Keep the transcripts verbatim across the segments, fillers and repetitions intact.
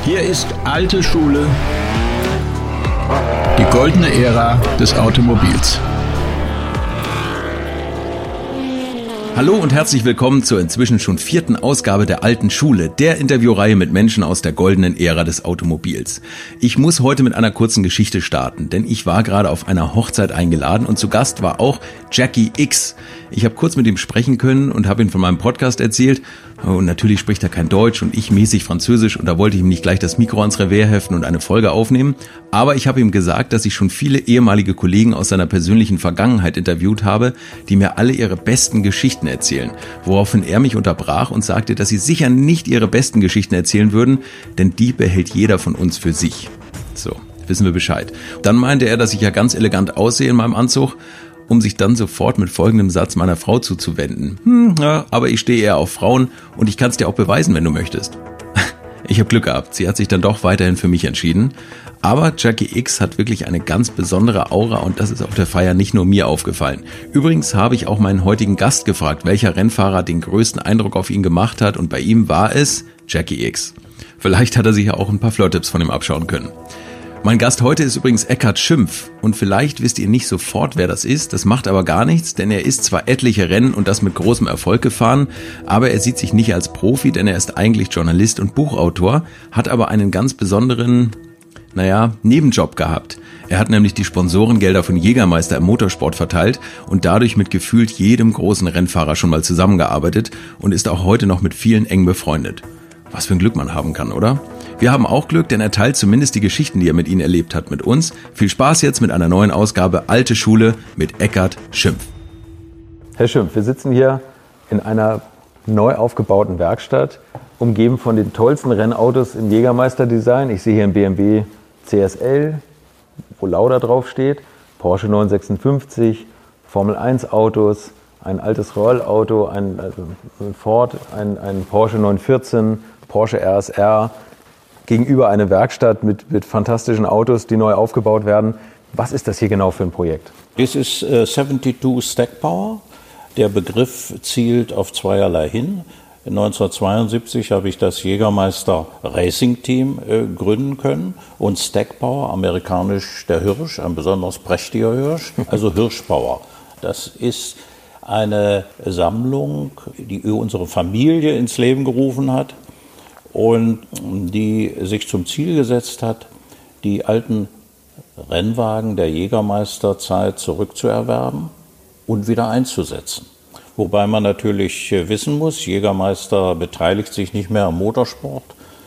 Hier ist alte Schule, die goldene Ära des Automobils. Hallo und herzlich willkommen zur inzwischen schon vierten Ausgabe der Alten Schule, der Interviewreihe mit Menschen aus der goldenen Ära des Automobils. Ich muss heute mit einer kurzen Geschichte starten, denn ich war gerade auf einer Hochzeit eingeladen und zu Gast war auch Jackie X. Ich habe kurz mit ihm sprechen können und habe ihm von meinem Podcast erzählt. Und natürlich spricht er kein Deutsch und ich mäßig Französisch und da wollte ich ihm nicht gleich das Mikro ans Revers heften und eine Folge aufnehmen. Aber ich habe ihm gesagt, dass ich schon viele ehemalige Kollegen aus seiner persönlichen Vergangenheit interviewt habe, die mir alle ihre besten Geschichten erzählen. Woraufhin er mich unterbrach und sagte, dass sie sicher nicht ihre besten Geschichten erzählen würden, denn die behält jeder von uns für sich. So, wissen wir Bescheid. Dann meinte er, dass ich ja ganz elegant aussehe in meinem Anzug, um sich dann sofort mit folgendem Satz meiner Frau zuzuwenden. Hm, ja, aber ich stehe eher auf Frauen und ich kann es dir auch beweisen, wenn du möchtest. Ich habe Glück gehabt, sie hat sich dann doch weiterhin für mich entschieden. Aber Jackie X hat wirklich eine ganz besondere Aura und das ist auf der Feier nicht nur mir aufgefallen. Übrigens habe ich auch meinen heutigen Gast gefragt, welcher Rennfahrer den größten Eindruck auf ihn gemacht hat und bei ihm war es Jackie X. Vielleicht hat er sich ja auch ein paar Flirt-Tipps von ihm abschauen können. Mein Gast heute ist übrigens Eckhard Schimpf und vielleicht wisst ihr nicht sofort, wer das ist. Das macht aber gar nichts, denn er ist zwar etliche Rennen und das mit großem Erfolg gefahren, aber er sieht sich nicht als Profi, denn er ist eigentlich Journalist und Buchautor, hat aber einen ganz besonderen, naja, Nebenjob gehabt. Er hat nämlich die Sponsorengelder von Jägermeister im Motorsport verteilt und dadurch mit gefühlt jedem großen Rennfahrer schon mal zusammengearbeitet und ist auch heute noch mit vielen eng befreundet. Was für ein Glück man haben kann, oder? Wir haben auch Glück, denn er teilt zumindest die Geschichten, die er mit ihnen erlebt hat, mit uns. Viel Spaß jetzt mit einer neuen Ausgabe Alte Schule mit Eckhard Schimpf. Herr Schimpf, wir sitzen hier in einer neu aufgebauten Werkstatt, umgeben von den tollsten Rennautos im Jägermeister-Design. Ich sehe hier einen B M W C S L, wo Lauda draufsteht, Porsche neunhundertsechsundfünfzig, Formel eins Autos, ein altes Rollauto, ein, also ein Ford, ein, ein Porsche neun vierzehn, Porsche R S R. Gegenüber eine Werkstatt mit, mit fantastischen Autos, die neu aufgebaut werden. Was ist das hier genau für ein Projekt? Das ist äh, zweiundsiebzig Stack Power. Der Begriff zielt auf zweierlei hin. neunzehnhundertzweiundsiebzig habe ich das Jägermeister Racing Team äh, gründen können und Stack Power, amerikanisch der Hirsch, ein besonders prächtiger Hirsch, also Hirschpower. Das ist eine Sammlung, die unsere Familie ins Leben gerufen hat und die sich zum Ziel gesetzt hat, die alten Rennwagen der Jägermeisterzeit zurückzuerwerben und wieder einzusetzen. Wobei man natürlich wissen muss, Jägermeister beteiligt sich nicht mehr am Motorsport.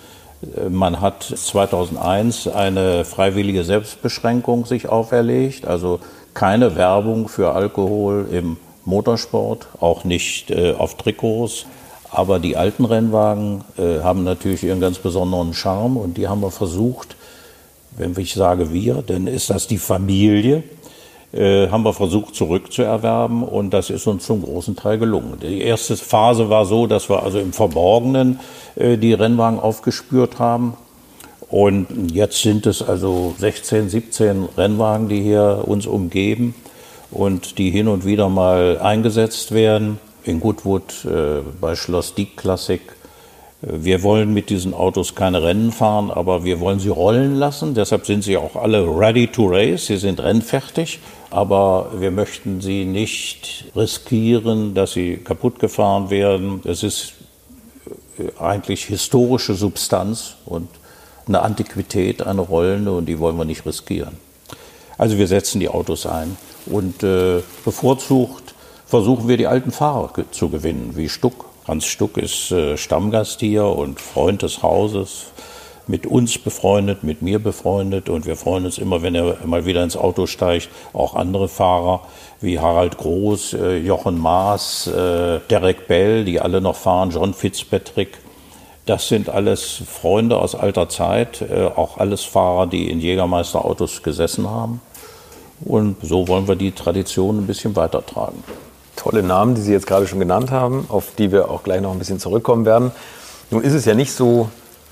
Man hat zweitausendeins eine freiwillige Selbstbeschränkung sich auferlegt, also keine Werbung für Alkohol im Motorsport, auch nicht äh, auf Trikots. Aber die alten Rennwagen äh, haben natürlich ihren ganz besonderen Charme und die haben wir versucht, wenn ich sage wir, dann ist das die Familie, äh, haben wir versucht zurückzuerwerben und das ist uns zum großen Teil gelungen. Die erste Phase war so, dass wir also im Verborgenen äh, die Rennwagen aufgespürt haben und jetzt sind es also sechzehn, siebzehn Rennwagen, die hier uns umgeben und die hin und wieder mal eingesetzt werden. In Goodwood, äh, bei Schloss Diek Classic. Wir wollen mit diesen Autos keine Rennen fahren, aber wir wollen sie rollen lassen. Deshalb sind sie auch alle ready to race. Sie sind rennfertig, aber wir möchten sie nicht riskieren, dass sie kaputt gefahren werden. Es ist eigentlich historische Substanz und eine Antiquität, eine rollende, und die wollen wir nicht riskieren. Also wir setzen die Autos ein und äh, bevorzugt versuchen wir, die alten Fahrer zu gewinnen, wie Stuck. Hans Stuck ist äh, Stammgast hier und Freund des Hauses, mit uns befreundet, mit mir befreundet. Und wir freuen uns immer, wenn er mal wieder ins Auto steigt, auch andere Fahrer wie Harald Groß, äh, Jochen Maas, äh, Derek Bell, die alle noch fahren, John Fitzpatrick. Das sind alles Freunde aus alter Zeit, äh, auch alles Fahrer, die in Jägermeister-Autos gesessen haben. Und so wollen wir die Tradition ein bisschen weitertragen. Tolle Namen, die Sie jetzt gerade schon genannt haben, auf die wir auch gleich noch ein bisschen zurückkommen werden. Nun ist es ja nicht so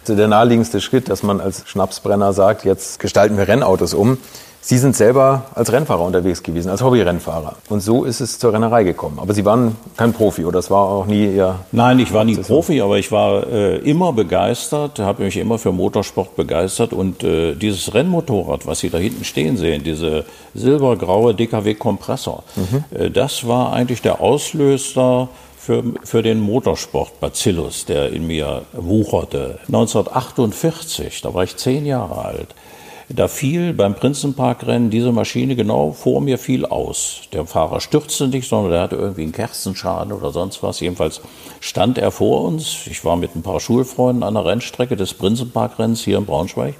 der naheliegendste Schritt, dass man als Schnapsbrenner sagt, jetzt gestalten wir Rennautos um. Sie sind selber als Rennfahrer unterwegs gewesen, als Hobbyrennfahrer. Und so ist es zur Rennerei gekommen. Aber Sie waren kein Profi oder das war auch nie Ihr... Nein, ich war nie Profi, aber ich war äh, immer begeistert, habe mich immer für Motorsport begeistert. Und äh, dieses Rennmotorrad, was Sie da hinten stehen sehen, diese silbergraue D K W-Kompressor, mhm. äh, das war eigentlich der Auslöser für, für den Motorsport Bacillus, der in mir wucherte. neunzehnhundertachtundvierzig, da war ich zehn Jahre alt. Da fiel beim Prinzenparkrennen diese Maschine genau vor mir fiel aus. Der Fahrer stürzte nicht, sondern der hatte irgendwie einen Kerzenschaden oder sonst was. Jedenfalls stand er vor uns. Ich war mit ein paar Schulfreunden an der Rennstrecke des Prinzenparkrennens hier in Braunschweig.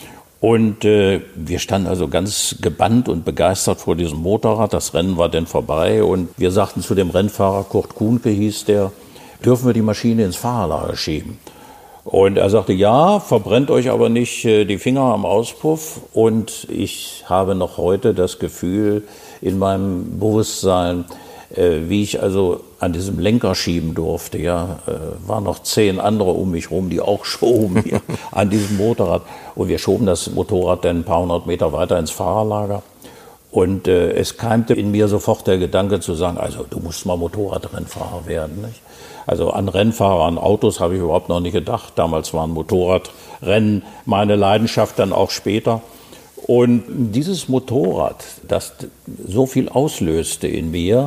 Und äh, wir standen also ganz gebannt und begeistert vor diesem Motorrad. Das Rennen war dann vorbei und wir sagten zu dem Rennfahrer, Kurt Kuhnke hieß der, dürfen wir die Maschine ins Fahrerlager schieben? Und er sagte, ja, verbrennt euch aber nicht die Finger am Auspuff. Und ich habe noch heute das Gefühl in meinem Bewusstsein, wie ich also an diesem Lenker schieben durfte. Ja, waren noch zehn andere um mich rum, die auch schoben hier an diesem Motorrad. Und wir schoben das Motorrad dann ein paar hundert Meter weiter ins Fahrerlager. Und äh, es keimte in mir sofort der Gedanke zu sagen, also du musst mal Motorradrennfahrer werden. Nicht? Also an Rennfahrer, an Autos habe ich überhaupt noch nicht gedacht. Damals waren Motorradrennen meine Leidenschaft, dann auch später. Und dieses Motorrad, das so viel auslöste in mir,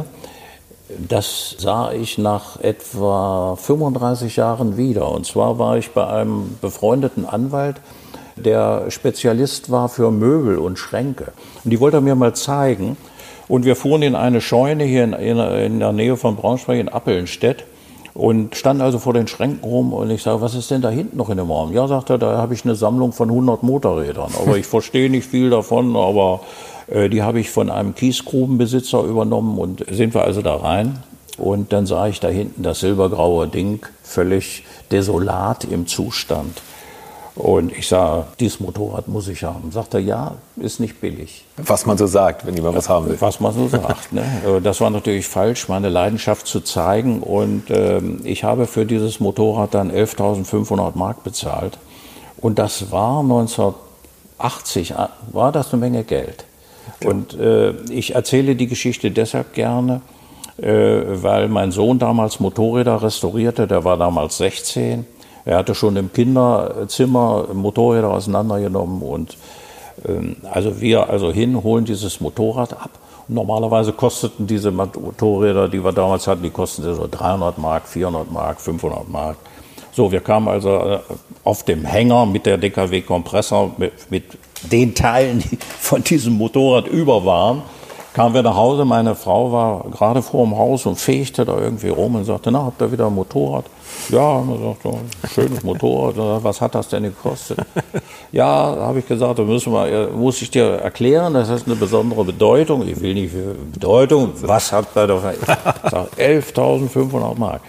das sah ich nach etwa fünfunddreißig Jahren wieder. Und zwar war ich bei einem befreundeten Anwalt, der Spezialist war für Möbel und Schränke. Und die wollte er mir mal zeigen. Und wir fuhren in eine Scheune hier in, in, in der Nähe von Braunschweig in Appelnstedt und standen also vor den Schränken rum. Und ich sage, was ist denn da hinten noch in dem Raum? Ja, sagt er, da habe ich eine Sammlung von hundert Motorrädern. Aber ich verstehe nicht viel davon, aber äh, die habe ich von einem Kiesgrubenbesitzer übernommen. Und sind wir also da rein. Und dann sah ich da hinten das silbergraue Ding, völlig desolat im Zustand. Und ich sage, dieses Motorrad muss ich haben. Sagt er, ja, ist nicht billig. Was man so sagt, wenn jemand was haben will. Was man so sagt. Ne? Das war natürlich falsch, meine Leidenschaft zu zeigen. Und äh, ich habe für dieses Motorrad dann elftausendfünfhundert Mark bezahlt. Und das war neunzehnhundertachtzig, war das eine Menge Geld. Ja. Und äh, ich erzähle die Geschichte deshalb gerne, äh, weil mein Sohn damals Motorräder restaurierte. Der war damals sechzehn. Er hatte schon im Kinderzimmer Motorräder auseinandergenommen und ähm, also wir also hin, holen dieses Motorrad ab. Und normalerweise kosteten diese Motorräder, die wir damals hatten, die kosteten so dreihundert Mark, vierhundert Mark, fünfhundert Mark. So, wir kamen also äh, auf dem Hänger mit der D K W-Kompressor, mit, mit den Teilen, die von diesem Motorrad über waren, kamen wir nach Hause. Meine Frau war gerade vor dem Haus und fegte da irgendwie rum und sagte, na, habt ihr wieder ein Motorrad? Ja, und er sagte, ein schönes Motorrad, was hat das denn gekostet? Ja, habe ich gesagt, da müssen wir, muss ich dir erklären, das hat eine besondere Bedeutung. Ich will nicht für Bedeutung, was hat da davon? Ich sage, elftausendfünfhundert Mark.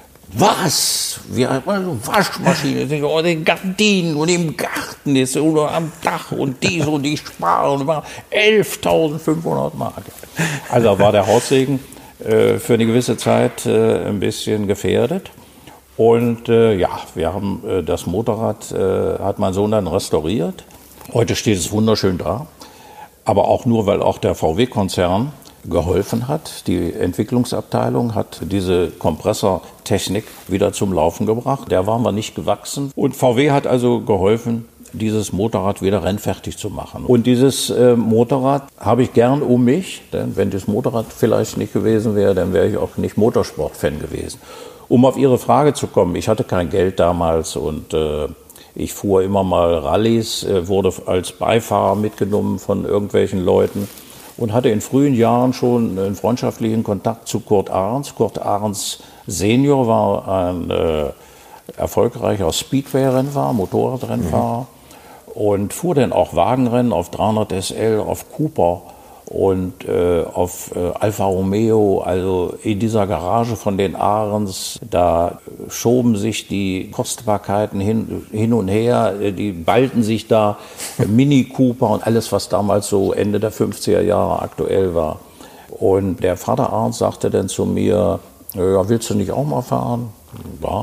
Was? Wir haben eine Waschmaschine, und den Gardinen und im Garten ist und am Dach und dies und die Sparen und elftausendfünfhundert Mark. Also war der Haussegen äh, für eine gewisse Zeit äh, ein bisschen gefährdet. Und äh, ja, wir haben äh, das Motorrad, äh, hat mein Sohn dann restauriert. Heute steht es wunderschön da, aber auch nur, weil auch der V W-Konzern geholfen hat. Die Entwicklungsabteilung hat diese Kompressortechnik wieder zum Laufen gebracht. Der waren wir nicht gewachsen. Und V W hat also geholfen, dieses Motorrad wieder rennfertig zu machen. Und dieses äh, Motorrad habe ich gern um mich, denn wenn das Motorrad vielleicht nicht gewesen wäre, dann wäre ich auch nicht Motorsport-Fan gewesen. Um auf Ihre Frage zu kommen, ich hatte kein Geld damals und äh, ich fuhr immer mal Rallyes, äh, wurde als Beifahrer mitgenommen von irgendwelchen Leuten und hatte in frühen Jahren schon einen freundschaftlichen Kontakt zu Kurt Ahrens. Kurt Ahrens Senior war ein äh, erfolgreicher Speedway-Rennfahrer, Motorradrennfahrer mhm. und fuhr dann auch Wagenrennen auf dreihundert S L, auf Cooper und äh, auf äh, Alfa Romeo, also in dieser Garage von den Ahrens, da schoben sich die Kostbarkeiten hin, hin und her, die ballten sich da, Mini Cooper und alles, was damals so Ende der fünfziger Jahre aktuell war. Und der Vater Ahrens sagte dann zu mir, ja, willst du nicht auch mal fahren? Ja,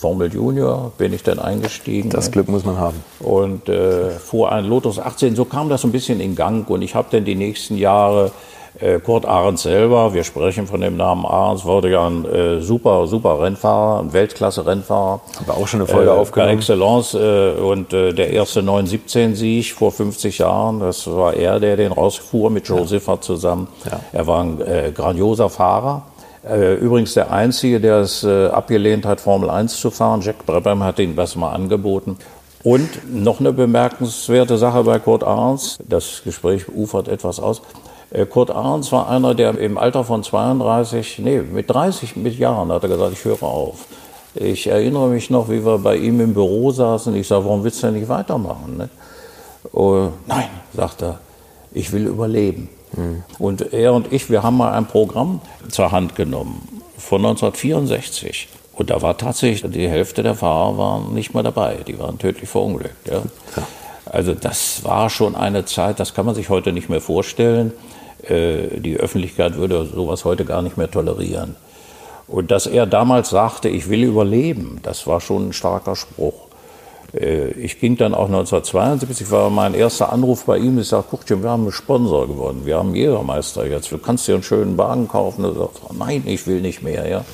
Formel Junior bin ich dann eingestiegen. Das Glück muss man haben. Und äh, fuhr ein Lotus achtzehn. So kam das ein bisschen in Gang. Und ich habe dann die nächsten Jahre äh, Kurt Ahrens selber, wir sprechen von dem Namen Ahrens, wurde ja ein äh, super, super Rennfahrer, ein Weltklasse-Rennfahrer. Haben wir auch schon eine Folge äh, aufgenommen. Par excellence. Äh, und äh, der erste neun siebzehn Sieg vor fünfzig Jahren, das war er, der den rausfuhr mit Joe ja. Siffert zusammen. Ja. Er war ein äh, grandioser Fahrer. Äh, übrigens der Einzige, der es äh, abgelehnt hat, Formel eins zu fahren. Jack Brabham hat ihm das mal angeboten. Und noch eine bemerkenswerte Sache bei Kurt Ahrens, das Gespräch ufert etwas aus. Äh, Kurt Ahrens war einer, der im Alter von zweiunddreißig, nee, mit dreißig mit Jahren hat er gesagt, ich höre auf. Ich erinnere mich noch, wie wir bei ihm im Büro saßen. Ich sage, warum willst du denn nicht weitermachen? Ne? Oh, nein, sagt er, ich will überleben. Mhm. Und er und ich, wir haben mal ein Programm zur Hand genommen von neunzehnhundertvierundsechzig. Und da war tatsächlich, die Hälfte der Fahrer waren nicht mehr dabei. Die waren tödlich verunglückt. Ja? Ja. Also das war schon eine Zeit, das kann man sich heute nicht mehr vorstellen. Äh, die Öffentlichkeit würde sowas heute gar nicht mehr tolerieren. Und dass er damals sagte, ich will überleben, das war schon ein starker Spruch. Ich ging dann auch neunzehnhundertzweiundsiebzig, war mein erster Anruf bei ihm, ich sagte, guck dir, wir haben einen Sponsor gewonnen, wir haben einen Jägermeister jetzt, du kannst dir einen schönen Wagen kaufen. Er sagt, nein, ich will nicht mehr. Ja,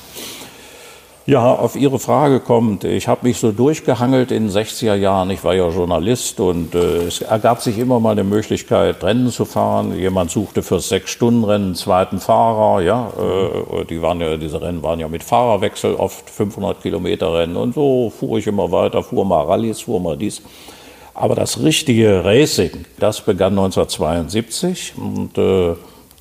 ja, auf Ihre Frage kommt, ich habe mich so durchgehangelt in den sechziger Jahren, ich war ja Journalist und äh, es ergab sich immer mal eine Möglichkeit, Rennen zu fahren. Jemand suchte fürs Sechs-Stunden-Rennen einen zweiten Fahrer, ja, äh, die waren ja, diese Rennen waren ja mit Fahrerwechsel, oft fünfhundert Kilometer Rennen und so fuhr ich immer weiter, fuhr mal Rallyes, fuhr mal dies. Aber das richtige Racing, das begann neunzehnhundertzweiundsiebzig und äh,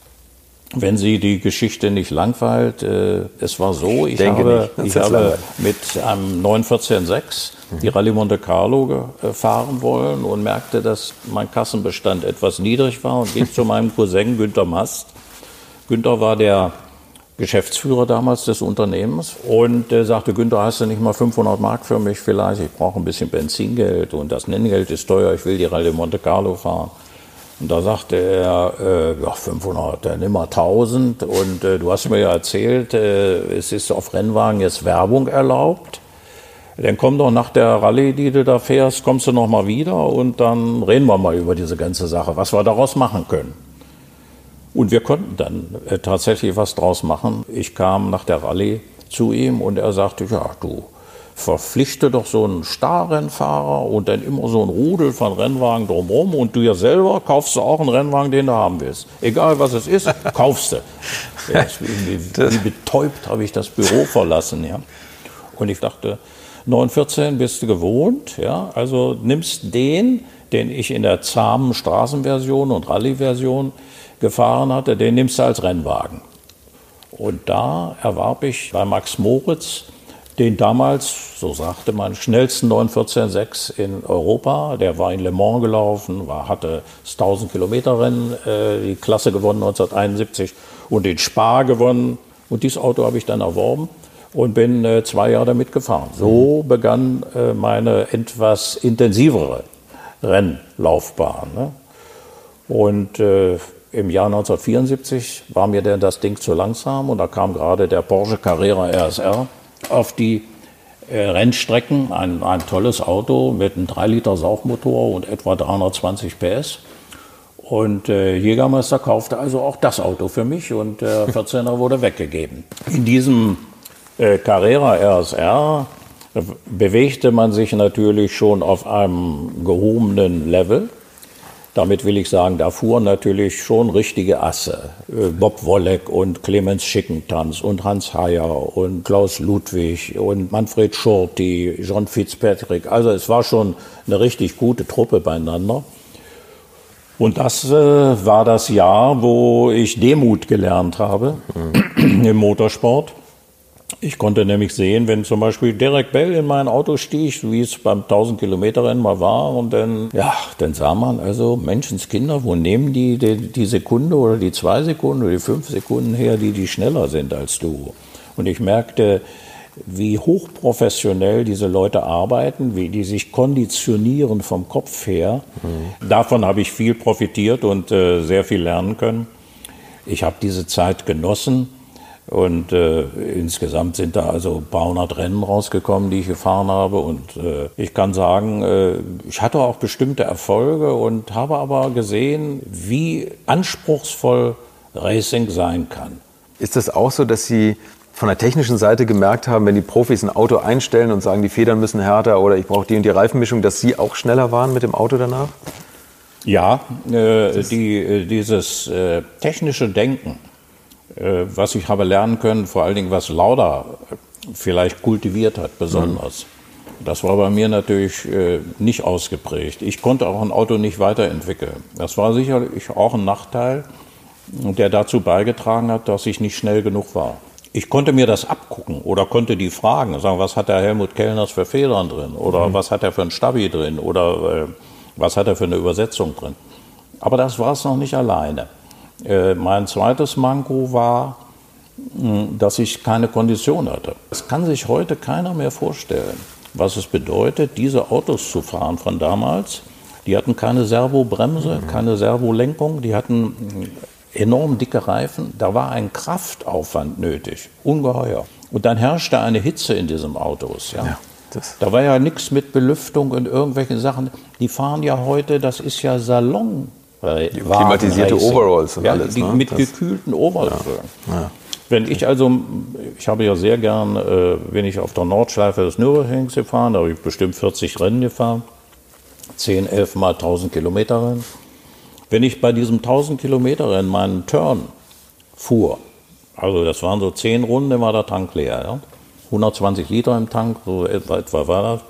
wenn Sie die Geschichte nicht langweilt, äh, es war so, ich Denke habe, nicht. ich habe mit einem neun vierzehn sechs die Rallye Monte Carlo fahren wollen und merkte, dass mein Kassenbestand etwas niedrig war und ging zu meinem Cousin Günter Mast. Günter war der Geschäftsführer damals des Unternehmens und er sagte, Günter, hast du nicht mal fünfhundert Mark für mich vielleicht? Ich brauche ein bisschen Benzingeld und das Nenngeld ist teuer, ich will die Rallye Monte Carlo fahren. Und da sagte er, äh, ja, fünfhundert, dann nimm mal tausend. Und äh, du hast mir ja erzählt, äh, es ist auf Rennwagen jetzt Werbung erlaubt. Dann komm doch nach der Rallye, die du da fährst, kommst du noch mal wieder und dann reden wir mal über diese ganze Sache, was wir daraus machen können. Und wir konnten dann äh, tatsächlich was draus machen. Ich kam nach der Rallye zu ihm und er sagte, ja, du verpflichte doch so einen Starrennfahrer und dann immer so ein Rudel von Rennwagen drumherum und du ja selber kaufst du auch einen Rennwagen, den du haben willst. Egal was es ist, kaufst du. Ja, wie, wie betäubt habe ich das Büro verlassen. Ja. Und ich dachte, neun vierzehn bist du gewohnt, ja, also nimmst den, den ich in der zahmen Straßenversion und Rallye-Version gefahren hatte, den nimmst du als Rennwagen. Und da erwarb ich bei Max Moritz den damals, so sagte man, schnellsten neun vierzehn sechs in Europa. Der war in Le Mans gelaufen, war, hatte das tausend Kilometer Rennen, äh, die Klasse gewonnen neunzehnhunderteinundsiebzig und den Spa gewonnen. Und dieses Auto habe ich dann erworben und bin äh, zwei Jahre damit gefahren. So begann äh, meine etwas intensivere Rennlaufbahn. Ne? Und äh, im Jahr neunzehnhundertvierundsiebzig war mir denn das Ding zu langsam und da kam gerade der Porsche Carrera R S R auf die äh, Rennstrecken, ein, ein tolles Auto mit einem drei Liter Saugmotor und etwa dreihundertzwanzig P S. Und äh, Jägermeister kaufte also auch das Auto für mich und der äh, vierzehner wurde weggegeben. In diesem äh, Carrera R S R bewegte man sich natürlich schon auf einem gehobenen Level. Damit will ich sagen, da fuhren natürlich schon richtige Asse. Bob Wollek und Clemens Schickentanz und Hans Heyer und Klaus Ludwig und Manfred Schurti, John Fitzpatrick. Also es war schon eine richtig gute Truppe beieinander. Und das äh, war das Jahr, wo ich Demut gelernt habe mhm. im Motorsport. Ich konnte nämlich sehen, wenn zum Beispiel Derek Bell in mein Auto stieg, wie es beim tausend Kilometer Rennen mal war, und dann, ja, dann sah man also, Menschenskinder, wo nehmen die, die die Sekunde oder die zwei Sekunden oder die fünf Sekunden her, die die schneller sind als du. Und ich merkte, wie hochprofessionell diese Leute arbeiten, wie die sich konditionieren vom Kopf her. Mhm. Davon habe ich viel profitiert und äh, sehr viel lernen können. Ich habe diese Zeit genossen. Und äh, insgesamt sind da also ein paar hundert Rennen rausgekommen, die ich gefahren habe. Und äh, ich kann sagen, äh, ich hatte auch bestimmte Erfolge und habe aber gesehen, wie anspruchsvoll Racing sein kann. Ist das auch so, dass Sie von der technischen Seite gemerkt haben, wenn die Profis ein Auto einstellen und sagen, die Federn müssen härter oder ich brauche die und die Reifenmischung, dass Sie auch schneller waren mit dem Auto danach? Ja, äh, die, äh, dieses äh, technische Denken, äh, was ich habe lernen können, vor allen Dingen was Lauda vielleicht kultiviert hat, besonders. Mhm. Das war bei mir natürlich äh, nicht ausgeprägt. Ich konnte auch ein Auto nicht weiterentwickeln. Das war sicherlich auch ein Nachteil, der dazu beigetragen hat, dass ich nicht schnell genug war. Ich konnte mir das abgucken oder konnte die fragen, sagen, was hat der Helmut Kellners für Federn drin oder mhm. was hat er für ein Stabi drin oder äh, was hat er für eine Übersetzung drin. Aber das war es noch nicht alleine. Äh, mein zweites Manko war, mh, dass ich keine Kondition hatte. Das kann sich heute keiner mehr vorstellen, was es bedeutet, diese Autos zu fahren von damals. Die hatten keine Servobremse, mhm. keine Servolenkung, die hatten enorm dicke Reifen. Da war ein Kraftaufwand nötig, ungeheuer. Und dann herrschte eine Hitze in diesem Autos. Ja. Ja, das da war ja nichts mit Belüftung und irgendwelche Sachen. Die fahren ja heute, das ist ja Salon. Die klimatisierte Overalls und ja, alles. Die, ne? Mit das, gekühlten Overalls. Ja, ja. Wenn ich also, ich habe ja sehr gern, äh, wenn ich auf der Nordschleife des Nürburgrings gefahren, da habe ich bestimmt vierzig Rennen gefahren, zehn, elf mal tausend Kilometer Rennen. Wenn ich bei diesem tausend Kilometer Rennen meinen Turn fuhr, also das waren so zehn Runden, dann war der Tank leer, ja? hundertzwanzig Liter im Tank, so etwa, etwa war das.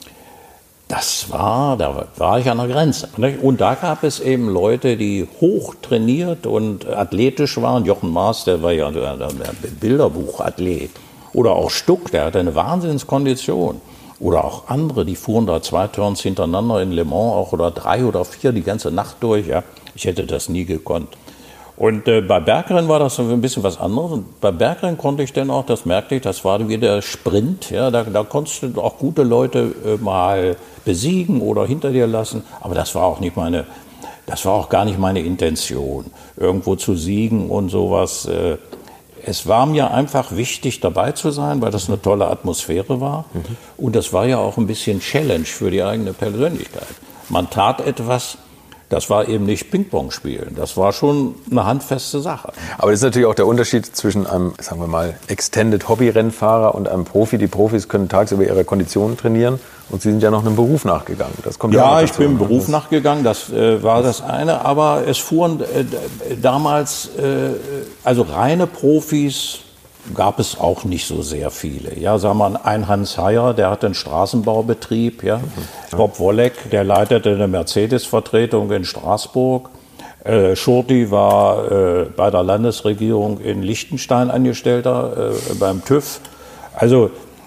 Das war, da war ich an der Grenze. Und da gab es eben Leute, die hoch trainiert und athletisch waren. Jochen Maas, der war ja der Bilderbuchathlet. Oder auch Stuck, der hatte eine Wahnsinnskondition. Oder auch andere, die fuhren da zwei Turns hintereinander in Le Mans, auch oder drei oder vier die ganze Nacht durch. Ja. Ich hätte das nie gekonnt. Und äh, bei Bergrennen war das so ein bisschen was anderes. Und bei Bergrennen konnte ich dann auch, das merkte ich, das war wieder Sprint. Ja. Da, da konntest du auch gute Leute äh, mal besiegen oder hinter dir lassen. Aber das war auch nicht meine, das war auch gar nicht meine Intention, irgendwo zu siegen und sowas. Äh, Es war mir einfach wichtig, dabei zu sein, weil das eine tolle Atmosphäre war. Mhm. Und das war ja auch ein bisschen Challenge für die eigene Persönlichkeit. Man tat etwas, das war eben nicht Ping-Pong spielen. Das war schon eine handfeste Sache. Aber das ist natürlich auch der Unterschied zwischen einem, sagen wir mal, Extended Hobby-Rennfahrer und einem Profi. Die Profis können tagsüber ihre Konditionen trainieren und Sie sind ja noch einem Beruf nachgegangen. Das kommt ja, ja ich bin einem Beruf nachgegangen, das äh, war das eine. Aber es fuhren äh, damals, äh, also reine Profis gab es auch nicht so sehr viele. Ja, sagen wir mal, ein Hans Heyer, der hatte einen Straßenbaubetrieb. Ja. Mhm. Bob Wollek, der leitete eine Mercedes-Vertretung in Straßburg. Äh, Schurti war äh, bei der Landesregierung in Liechtenstein Angestellter, äh, beim TÜV. Also,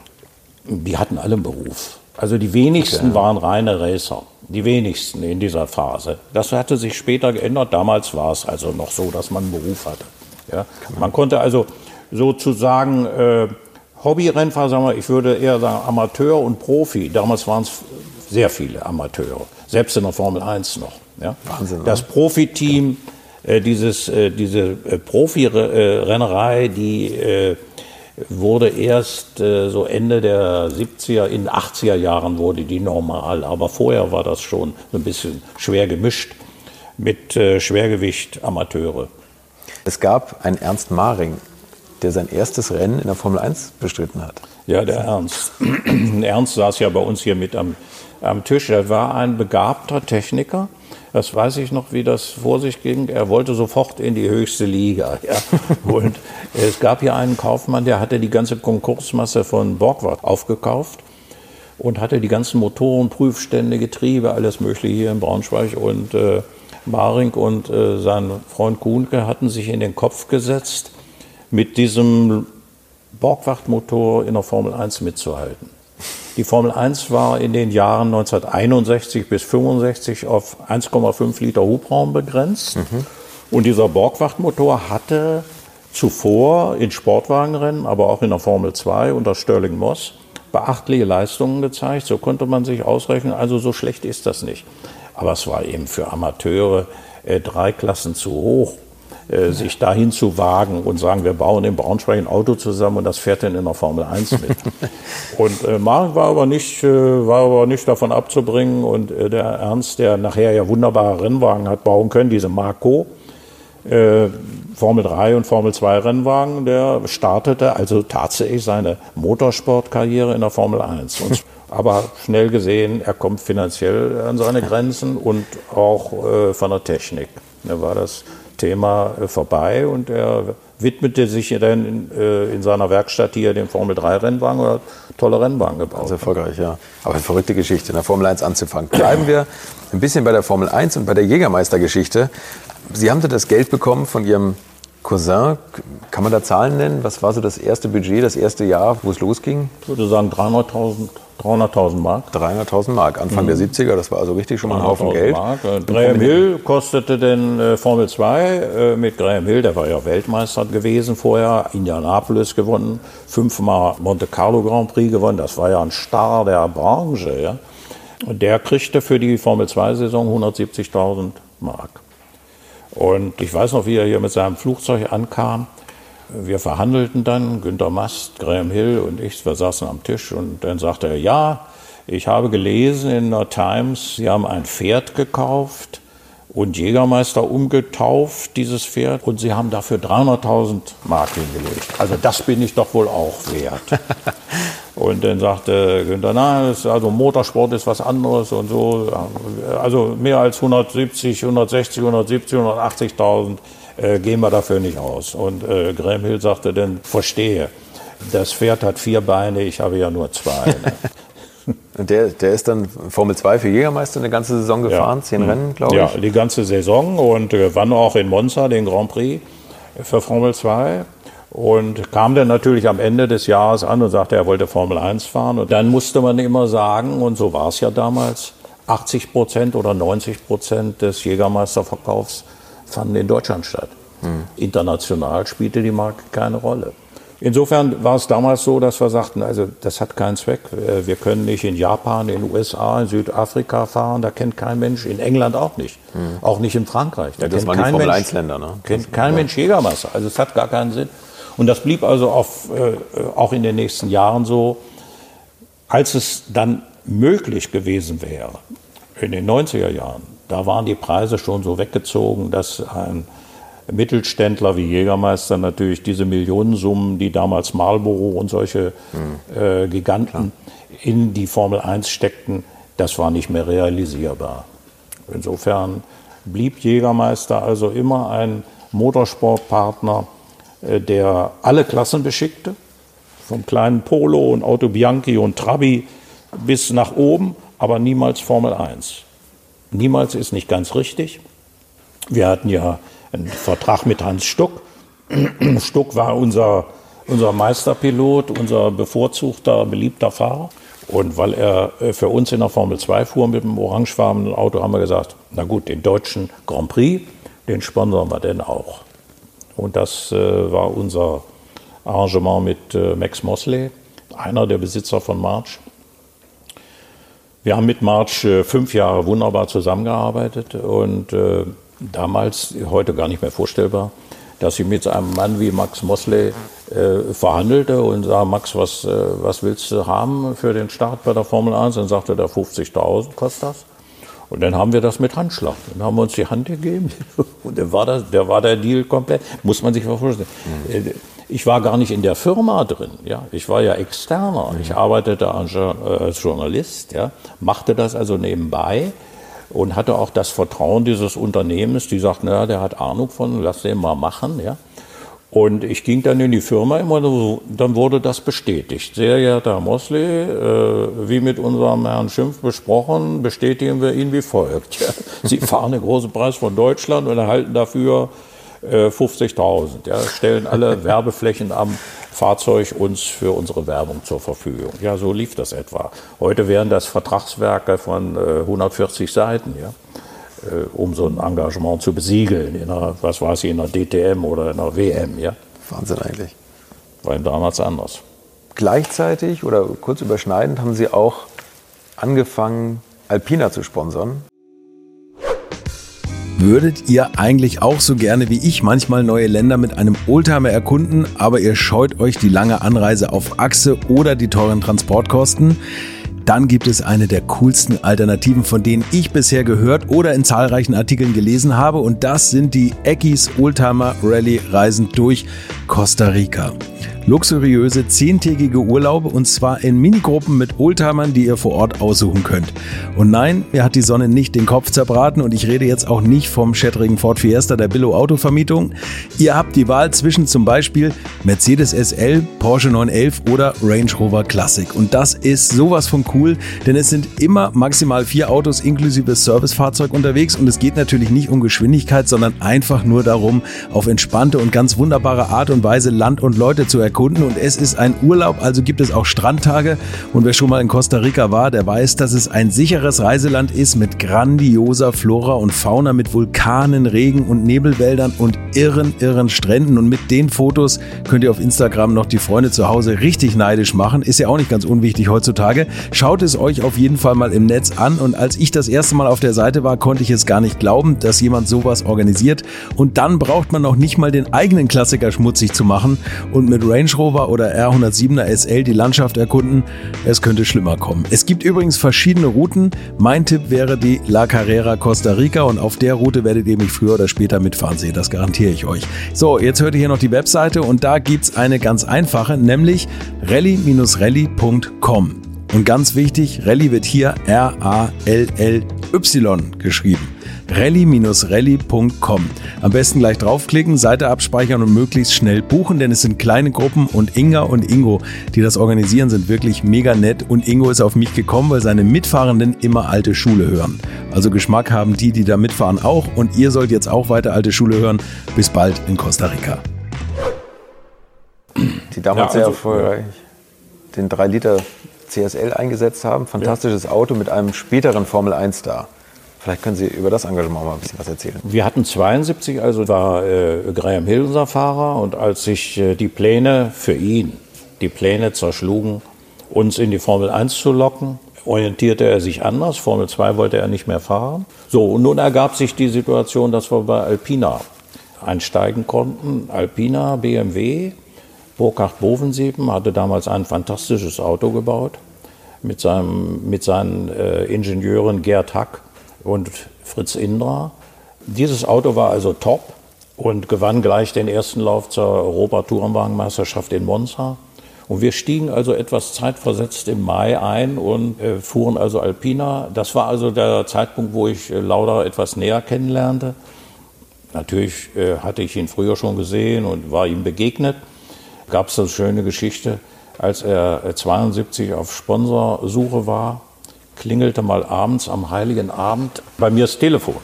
die hatten alle einen Beruf. Also die wenigsten okay. waren reine Racer. Die wenigsten in dieser Phase. Das hatte sich später geändert. Damals war es also noch so, dass man einen Beruf hatte. Ja. Man konnte also sozusagen äh, Hobbyrennfahrer, sagen wir, ich würde eher sagen Amateur und Profi. Damals waren es sehr viele Amateure, selbst in der Formel eins noch. Ja. Wahnsinn, das ne? Profiteam, äh, dieses, äh, diese äh, Profirennerei, die äh, wurde erst äh, so Ende der siebziger, in den achtziger Jahren wurde die normal. Aber vorher war das schon so ein bisschen schwer gemischt mit äh, Schwergewicht Amateure. Es gab einen Ernst Maring, der sein erstes Rennen in der Formel eins bestritten hat. Ja, der Ernst. Ernst saß ja bei uns hier mit am, am Tisch. Er war ein begabter Techniker. Das weiß ich noch, wie das vor sich ging. Er wollte sofort in die höchste Liga. Ja. Und es gab hier einen Kaufmann, der hatte die ganze Konkursmasse von Borgward aufgekauft und hatte die ganzen Motoren, Prüfstände, Getriebe, alles Mögliche hier in Braunschweig. Und äh, Maring und äh, sein Freund Kuhnke hatten sich in den Kopf gesetzt, mit diesem Borgward-Motor in der Formel eins mitzuhalten. Die Formel eins war in den Jahren neunzehnhunderteinundsechzig bis fünfundsechzig auf eins Komma fünf Liter Hubraum begrenzt. Mhm. Und dieser Borgward-Motor hatte zuvor in Sportwagenrennen, aber auch in der Formel zwei unter Stirling Moss beachtliche Leistungen gezeigt. So konnte man sich ausrechnen, also so schlecht ist das nicht. Aber es war eben für Amateure äh, drei Klassen zu hoch. äh, sich dahin zu wagen und sagen, wir bauen in Braunschweig ein Auto zusammen und das fährt dann in der Formel eins mit. Und äh, Marc war aber nicht, äh, war aber nicht davon abzubringen und äh, der Ernst, der nachher ja wunderbare Rennwagen hat bauen können, diese Marco, äh, Formel drei und Formel zwei Rennwagen, der startete also tatsächlich seine Motorsportkarriere in der Formel eins. Und, aber schnell gesehen, er kommt finanziell an seine Grenzen und auch äh, von der Technik. Da war das Thema äh, vorbei und er widmete sich dann in, äh, in seiner Werkstatt hier dem Formel drei Rennwagen und hat tolle Rennwagen gebaut. Ganz erfolgreich, ja. Aber eine verrückte Geschichte, in der Formel eins anzufangen. Bleiben wir ein bisschen bei der Formel eins und bei der Jägermeister-Geschichte. Sie haben da das Geld bekommen von Ihrem Cousin. Kann man da Zahlen nennen? Was war so das erste Budget, das erste Jahr, wo es losging? Ich würde sagen dreihunderttausend Mark. dreihunderttausend Mark, Anfang mhm. der siebziger, das war also richtig schon mal ein Haufen Geld. Mark. Graham Hill kostete den äh, Formel zwei äh, mit Graham Hill, der war ja Weltmeister gewesen vorher, Indianapolis gewonnen, fünfmal Monte Carlo Grand Prix gewonnen, das war ja ein Star der Branche. Ja? Und der kriegte für die Formel zwei Saison hundertsiebzigtausend Mark. Und ich weiß noch, wie er hier mit seinem Flugzeug ankam. Wir verhandelten dann, Günter Mast, Graham Hill und ich, wir saßen am Tisch und dann sagte er, ja, ich habe gelesen in der Times, Sie haben ein Pferd gekauft und Jägermeister umgetauft, dieses Pferd, und Sie haben dafür dreihunderttausend Mark hingelegt. Also das bin ich doch wohl auch wert. Und dann sagte Günther, nein, also Motorsport ist was anderes und so. Also mehr als hundertsiebzig, hundertsechzig, hundertsiebzig, hundertachtzigtausend äh, gehen wir dafür nicht aus. Und äh, Graham Hill sagte dann, verstehe, das Pferd hat vier Beine, ich habe ja nur zwei. Ne? Und der, der ist dann Formel zwei für Jägermeister eine ganze Saison gefahren, ja. zehn Rennen, glaube ich. Ja, die ganze Saison und gewann auch in Monza den Grand Prix für Formel zwei. Und kam dann natürlich am Ende des Jahres an und sagte, er wollte Formel eins fahren. Und dann musste man immer sagen, und so war es ja damals, achtzig Prozent oder neunzig Prozent des Jägermeisterverkaufs fanden in Deutschland statt. Hm. International spielte die Marke keine Rolle. Insofern war es damals so, dass wir sagten, also das hat keinen Zweck. Wir können nicht in Japan, in den U S A, in Südafrika fahren, da kennt kein Mensch, in England auch nicht. Hm. Auch nicht in Frankreich. Da ja, das kennt waren kein die Formel Mensch, eins Länder, ne? Kennt kein ja. Mensch Jägermeister. Also es hat gar keinen Sinn. Und das blieb also auf, äh, auch in den nächsten Jahren so. Als es dann möglich gewesen wäre, in den neunziger Jahren, da waren die Preise schon so weggezogen, dass ein Mittelständler wie Jägermeister natürlich diese Millionensummen, die damals Marlboro und solche mhm. äh, Giganten Klar. in die Formel eins steckten, das war nicht mehr realisierbar. Insofern blieb Jägermeister also immer ein Motorsportpartner, der alle Klassen beschickte, vom kleinen Polo und Auto Bianchi und Trabi bis nach oben, aber niemals Formel eins. Niemals ist nicht ganz richtig. Wir hatten ja einen Vertrag mit Hans Stuck. Stuck war unser, unser Meisterpilot, unser bevorzugter, beliebter Fahrer. Und weil er für uns in der Formel zwei fuhr mit dem orangefarbenen Auto, haben wir gesagt, na gut, den deutschen Grand Prix, den sponsern wir denn auch. Und das äh, war unser Arrangement mit äh, Max Mosley, einer der Besitzer von March. Wir haben mit March äh, fünf Jahre wunderbar zusammengearbeitet und äh, damals, heute gar nicht mehr vorstellbar, dass ich mit einem Mann wie Max Mosley äh, verhandelte und sah, Max, was, äh, was willst du haben für den Start bei der Formel eins? Dann sagte er, fünfzigtausend kostet das. Und dann haben wir das mit Handschlag. Dann haben wir uns die Hand gegeben und dann war, das, der, war der Deal komplett. Muss man sich mal vorstellen. Mhm. Ich war gar nicht in der Firma drin. Ja? Ich war ja externer. Mhm. Ich arbeitete als Journalist, ja? Machte das also nebenbei und hatte auch das Vertrauen dieses Unternehmens, die sagt, naja, der hat Ahnung von, lass den mal machen. Ja? Und ich ging dann in die Firma immer so, dann wurde das bestätigt. Sehr geehrter Herr Mosley, äh, wie mit unserem Herrn Schimpf besprochen, bestätigen wir Ihnen wie folgt. Ja. Sie fahren den großen Preis von Deutschland und erhalten dafür äh, fünfzigtausend. Ja. Stellen alle Werbeflächen am Fahrzeug uns für unsere Werbung zur Verfügung. Ja, so lief das etwa. Heute wären das Vertragswerke von äh, hundertvierzig Seiten, ja. um so ein Engagement zu besiegeln, in einer, was weiß ich, in einer D T M oder in einer W M. Ja? Wahnsinn eigentlich. War damals anders. Gleichzeitig oder kurz überschneidend haben Sie auch angefangen, Alpina zu sponsern. Würdet ihr eigentlich auch so gerne wie ich manchmal neue Länder mit einem Oldtimer erkunden, aber ihr scheut euch die lange Anreise auf Achse oder die teuren Transportkosten? Dann gibt es eine der coolsten Alternativen, von denen ich bisher gehört oder in zahlreichen Artikeln gelesen habe, und das sind die Eckis Oldtimer Rallye Reisen durch Costa Rica. Luxuriöse zehntägige Urlaube, und zwar in Minigruppen mit Oldtimern, die ihr vor Ort aussuchen könnt. Und nein, mir hat die Sonne nicht den Kopf zerbraten, und ich rede jetzt auch nicht vom schättrigen Ford Fiesta der Billo-Autovermietung. Ihr habt die Wahl zwischen zum Beispiel Mercedes S L, Porsche neun elf oder Range Rover Classic. Und das ist sowas von cool, denn es sind immer maximal vier Autos inklusive Servicefahrzeug unterwegs, und es geht natürlich nicht um Geschwindigkeit, sondern einfach nur darum, auf entspannte und ganz wunderbare Art und Weise Land und Leute zu erkunden. Und es ist ein Urlaub, also gibt es auch Strandtage. Und wer schon mal in Costa Rica war, der weiß, dass es ein sicheres Reiseland ist mit grandioser Flora und Fauna, mit Vulkanen, Regen- und Nebelwäldern und irren, irren Stränden. Und mit den Fotos könnt ihr auf Instagram noch die Freunde zu Hause richtig neidisch machen. Ist ja auch nicht ganz unwichtig heutzutage. Schaut es euch auf jeden Fall mal im Netz an. Und als ich das erste Mal auf der Seite war, konnte ich es gar nicht glauben, dass jemand sowas organisiert. Und dann braucht man noch nicht mal den eigenen Klassiker schmutzig zu machen und mit Range Rover oder R hundertsiebener S L die Landschaft erkunden. Es könnte schlimmer kommen. Es gibt übrigens verschiedene Routen. Mein Tipp wäre die La Carrera Costa Rica, und auf der Route werdet ihr mich früher oder später mitfahren sehen. Das garantiere ich euch. So, jetzt hört ihr hier noch die Webseite, und da gibt's eine ganz einfache, nämlich rally Bindestrich rally Punkt com. Und ganz wichtig, Rallye wird hier R A L L Y geschrieben. rally Bindestrich rally Punkt com. Am besten gleich draufklicken, Seite abspeichern und möglichst schnell buchen, denn es sind kleine Gruppen, und Inga und Ingo, die das organisieren, sind wirklich mega nett, und Ingo ist auf mich gekommen, weil seine Mitfahrenden immer alte Schule hören. Also Geschmack haben die, die da mitfahren, auch, und ihr sollt jetzt auch weiter alte Schule hören. Bis bald in Costa Rica. Die damals Ja, also, sehr erfolgreich den drei Liter C S L eingesetzt haben. Fantastisches ja. Auto mit einem späteren Formel eins Star. Vielleicht können Sie über das Engagement mal ein bisschen was erzählen. Wir hatten zweiundsiebzig, also war äh, Graham Hill unser Fahrer, und als sich äh, die Pläne für ihn, die Pläne zerschlugen, uns in die Formel eins zu locken, orientierte er sich anders. Formel zwei wollte er nicht mehr fahren. So, und nun ergab sich die Situation, dass wir bei Alpina einsteigen konnten. Alpina, B M W, Burkhard Bovensieben hatte damals ein fantastisches Auto gebaut mit, seinem, mit seinen äh, Ingenieuren Gerd Hack und Fritz Indra. Dieses Auto war also top und gewann gleich den ersten Lauf zur Europa-Tourenwagenmeisterschaft in Monza. Und wir stiegen also etwas zeitversetzt im Mai ein und äh, fuhren also Alpina. Das war also der Zeitpunkt, wo ich äh, Lauda etwas näher kennenlernte. Natürlich äh, hatte ich ihn früher schon gesehen und war ihm begegnet. Gab es eine schöne Geschichte, als er äh, zweiundsiebzig auf Sponsorsuche war, klingelte mal abends am Heiligen Abend bei mir das Telefon.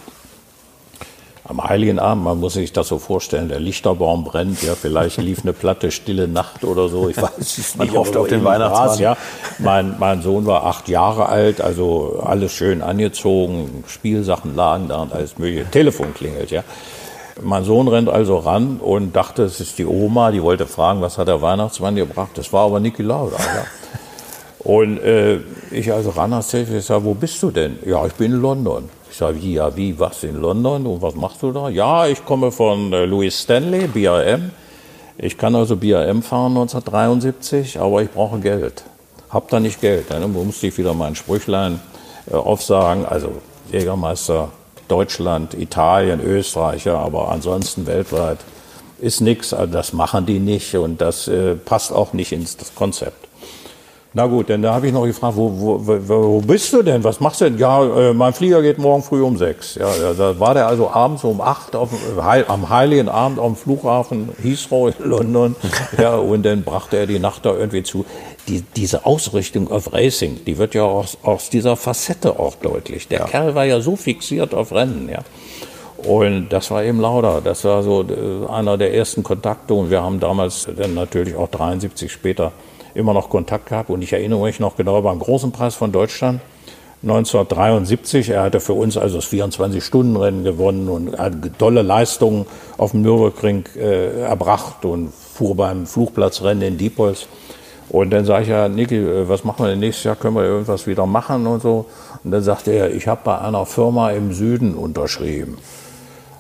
Am Heiligen Abend, man muss sich das so vorstellen, der Lichterbaum brennt, ja, vielleicht lief eine Platte Stille Nacht oder so, ich weiß es man nicht. hofft auf den Weihnachtsmann. Ja. Mein, mein Sohn war acht Jahre alt, also alles schön angezogen, Spielsachen lagen da und alles mögliche. Telefon klingelt, ja. Mein Sohn rennt also ran und dachte, es ist die Oma, die wollte fragen, was hat der Weihnachtsmann gebracht. Das war aber Niki Lauda. Ja. Und äh, ich also ran ans Telefon, ich sage, wo bist du denn? Ja, ich bin in London. Ich sage, wie, ja, wie, was in London? Und was machst du da? Ja, ich komme von äh, Louis Stanley, B R M. Ich kann also B R M fahren neunzehnhundertdreiundsiebzig, aber ich brauche Geld. Hab da nicht Geld. Dann musste ich wieder mein Sprüchlein äh, aufsagen. Also Jägermeister, Deutschland, Italien, Österreich, ja, aber ansonsten weltweit ist nichts. Also das machen die nicht und das äh, passt auch nicht ins das Konzept. Na gut, denn da habe ich noch gefragt, wo, wo, wo, wo bist du denn? Was machst du denn? Ja, äh, mein Flieger geht morgen früh um sechs. Ja, da war der also abends um acht auf, äh, am Heiligen Abend auf dem Flughafen Heathrow in London. Ja, und dann brachte er die Nacht da irgendwie zu. Die, diese Ausrichtung auf Racing, die wird ja aus, aus dieser Facette auch deutlich. Der ja. Kerl war ja so fixiert auf Rennen, ja. Und das war eben Lauda. Das war so äh, einer der ersten Kontakte. Und wir haben damals dann natürlich auch dreiundsiebzig später immer noch Kontakt gehabt. Und ich erinnere mich noch genau beim Großen Preis von Deutschland neunzehnhundertdreiundsiebzig. Er hatte für uns also das vierundzwanzig-Stunden-Rennen gewonnen und hat tolle Leistungen auf dem Nürburgring äh, erbracht und fuhr beim Flugplatzrennen in Diepholz. Und dann sage ich ja, Niki, was machen wir denn nächstes Jahr? Können wir irgendwas wieder machen und so? Und dann sagte er, ich habe bei einer Firma im Süden unterschrieben.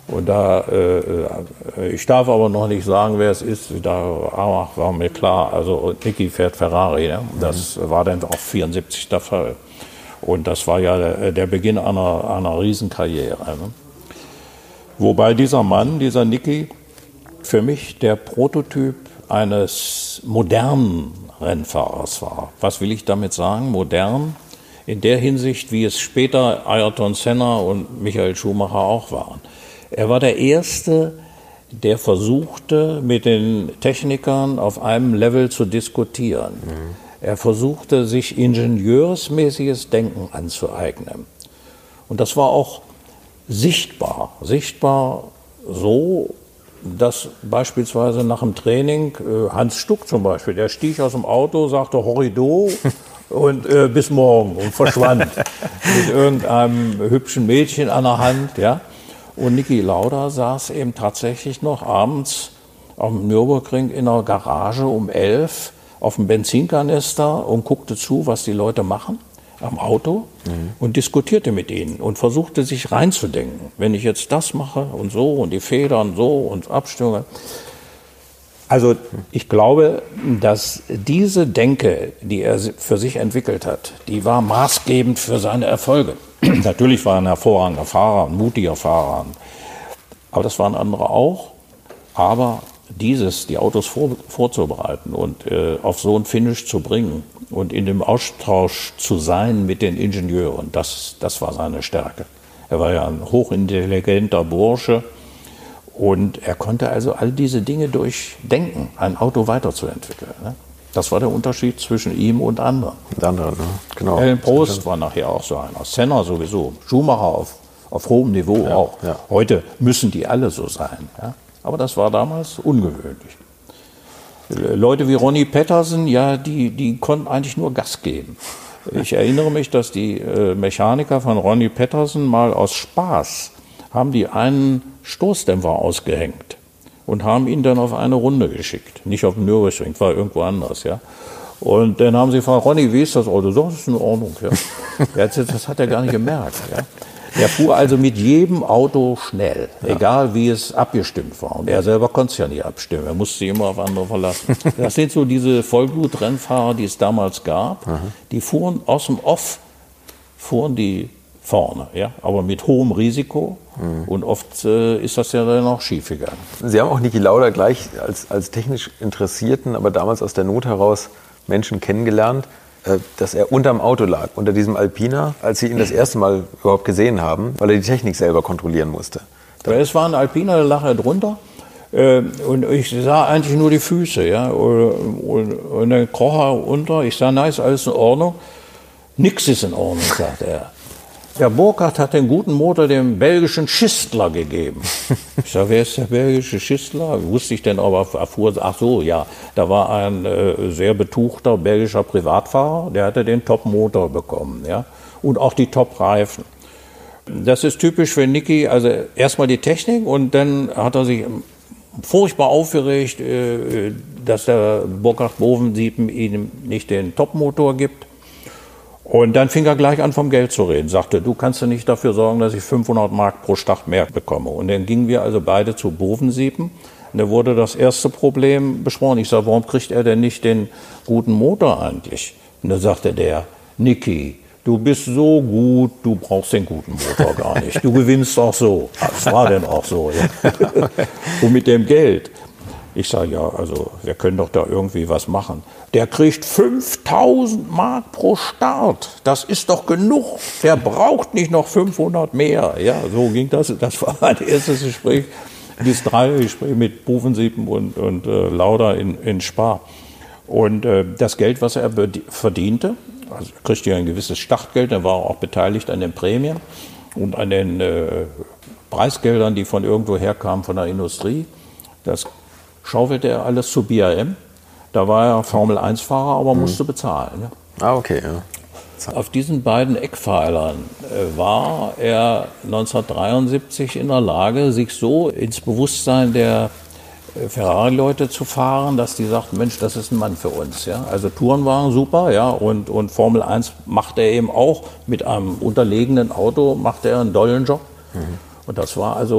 Und da, äh, ich darf aber noch nicht sagen, wer es ist, da war mir klar, also Niki fährt Ferrari, ne? Das mhm. war dann auch vierundsiebzig der Fall. Und das war ja der, der Beginn einer, einer Riesenkarriere. Ne? Wobei dieser Mann, dieser Niki, für mich der Prototyp eines modernen Rennfahrers war. Was will ich damit sagen? Modern in der Hinsicht, wie es später Ayrton Senna und Michael Schumacher auch waren. Er war der Erste, der versuchte, mit den Technikern auf einem Level zu diskutieren. Mhm. Er versuchte, sich ingenieursmäßiges Denken anzueignen. Und das war auch sichtbar. Sichtbar so, dass beispielsweise nach dem Training, äh, Hans Stuck zum Beispiel, der stieg aus dem Auto, sagte Horrido und äh, bis morgen und verschwand mit irgendeinem hübschen Mädchen an der Hand. Ja? Und Niki Lauda saß eben tatsächlich noch abends am Nürburgring in einer Garage um elf auf dem Benzinkanister und guckte zu, was die Leute machen am Auto mhm. und diskutierte mit ihnen und versuchte sich reinzudenken. Wenn ich jetzt das mache und so und die Federn so und Abstimmungen. Also ich glaube, dass diese Denke, die er für sich entwickelt hat, die war maßgebend für seine Erfolge. Natürlich war er ein hervorragender Fahrer, ein mutiger Fahrer, aber das waren andere auch. Aber dieses, die Autos vor, vorzubereiten und äh, auf so ein Finish zu bringen und in dem Austausch zu sein mit den Ingenieuren, das, das war seine Stärke. Er war ja ein hochintelligenter Bursche und er konnte also all diese Dinge durchdenken, ein Auto weiterzuentwickeln. Ne? Das war der Unterschied zwischen ihm und anderen. Und anderen, ne? Genau. Alain Prost war nachher auch so einer, Senna sowieso, Schumacher auf, auf hohem Niveau ja, auch. Ja. Heute müssen die alle so sein. Ja? Aber das war damals ungewöhnlich. Leute wie Ronnie Peterson, ja, die, die konnten eigentlich nur Gas geben. Ich erinnere mich, dass die äh, Mechaniker von Ronnie Peterson mal aus Spaß haben die einen Stoßdämpfer ausgehängt und haben ihn dann auf eine Runde geschickt. Nicht auf den Nürburgring, war irgendwo anders, ja. Und dann haben sie gefragt, Ronny, wie ist das Auto? Das ist in Ordnung, ja. Das hat er gar nicht gemerkt, ja. Er fuhr also mit jedem Auto schnell, ja. egal wie es abgestimmt war. Und er selber konnte es ja nicht abstimmen, er musste sich immer auf andere verlassen. Das sind so diese Vollblut-Rennfahrer, die es damals gab. Aha. Die fuhren aus dem Off, fuhren die vorne, ja, aber mit hohem Risiko. Mhm. Und oft äh, ist das ja dann auch schief gegangen. Sie haben auch Niki Lauda gleich als, als technisch Interessierten, aber damals aus der Not heraus Menschen kennengelernt, dass er unterm Auto lag, unter diesem Alpina, als Sie ihn das erste Mal überhaupt gesehen haben, weil er die Technik selber kontrollieren musste. Ja, es war ein Alpina, da lag er drunter und ich sah eigentlich nur die Füße. Ja, und, und dann kroch er unter, ich sah, na, ist alles in Ordnung. Nix ist in Ordnung, sagte er. Der Burkhardt hat den guten Motor dem belgischen Schistler gegeben. Ich sage, wer ist der belgische Schistler? Wusste ich denn, aber erfuhr, ach so, ja, da war ein äh, sehr betuchter belgischer Privatfahrer, der hatte den Top-Motor bekommen, ja, und auch die Top-Reifen. Das ist typisch für Niki, also erstmal die Technik und dann hat er sich furchtbar aufgeregt, äh, dass der Burkhardt Bovensiepen ihm nicht den Top-Motor gibt. Und dann fing er gleich an, vom Geld zu reden. Sagte, du kannst ja nicht dafür sorgen, dass ich fünfhundert Mark pro Start mehr bekomme. Und dann gingen wir also beide zu Bovensiepen. Und da wurde das erste Problem besprochen. Ich sage, warum kriegt er denn nicht den guten Motor eigentlich? Und da sagte der, Niki, du bist so gut, du brauchst den guten Motor gar nicht. Du gewinnst auch so. Das war denn auch so. Ja. Und mit dem Geld. Ich sage, ja, also wir können doch da irgendwie was machen. Der kriegt fünftausend Mark pro Start. Das ist doch genug. Der braucht nicht noch fünfhundert mehr. Ja, so ging das. Das war mein erstes Gespräch. Dieses drei Gespräch mit Bovensiepen und, und äh, Lauda in, in Spa. Und äh, das Geld, was er verdiente, also er kriegte ja ein gewisses Startgeld, er war auch beteiligt an den Prämien und an den äh, Preisgeldern, die von irgendwo herkamen, von der Industrie. Das schaufelte er alles zu B R M. Da war er Formel eins Fahrer, aber mhm. musste bezahlen. Ja. Ah, okay. Ja. Auf diesen beiden Eckpfeilern äh, war er neunzehnhundertdreiundsiebzig in der Lage, sich so ins Bewusstsein der äh, Ferrari-Leute zu fahren, dass die sagten, Mensch, das ist ein Mann für uns. Ja. Also Tourenwagen super, ja, und, und Formel eins macht er eben auch. Mit einem unterlegenen Auto macht er einen dollen Job. Mhm. Und das war also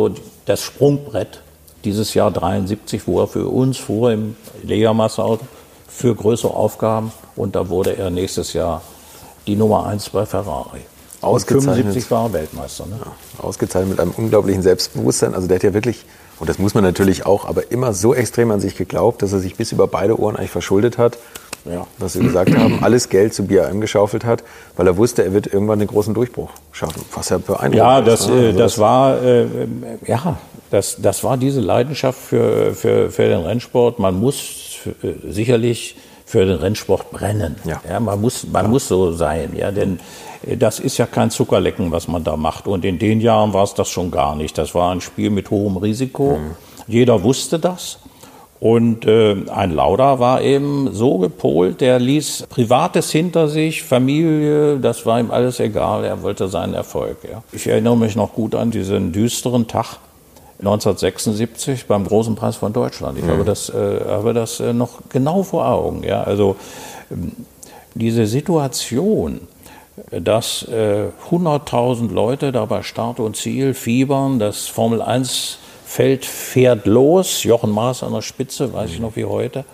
das Sprungbrett dieses Jahr dreiundsiebzig, wo er für uns fuhr im Jägermeisterauto für größere Aufgaben. Und da wurde er nächstes Jahr die Nummer eins bei Ferrari. Ausgezeichnet. fünfundsiebzig war er Weltmeister. Ne? Ja, ausgezeichnet mit einem unglaublichen Selbstbewusstsein. Also der hat ja wirklich, und das muss man natürlich auch, aber immer so extrem an sich geglaubt, dass er sich bis über beide Ohren eigentlich verschuldet hat. Ja. Was Sie gesagt haben, alles Geld zu B A M geschaufelt hat, weil er wusste, er wird irgendwann den großen Durchbruch schaffen. Was ja beeindruckend ja, ist. das, Ne? äh, Also das war, äh, ja, das, das war diese Leidenschaft für, für, für den Rennsport. Man muss für, äh, sicherlich für den Rennsport brennen. Ja. Ja, man muss, man ja. muss so sein, ja, denn äh, das ist ja kein Zuckerlecken, was man da macht. Und in den Jahren war es das schon gar nicht. Das war ein Spiel mit hohem Risiko. Mhm. Jeder wusste das. Und äh, ein Lauda war eben so gepolt, der ließ Privates hinter sich, Familie, das war ihm alles egal, er wollte seinen Erfolg. Ja. Ich erinnere mich noch gut an diesen düsteren Tag neunzehnhundertsechsundsiebzig beim Großen Preis von Deutschland. Ich mhm. habe das, äh, habe das äh, noch genau vor Augen. Ja. Also ähm, diese Situation, dass äh, hunderttausend Leute da bei Start und Ziel fiebern, das Formel eins Feld fährt los, Jochen Maas an der Spitze, weiß ich noch wie heute.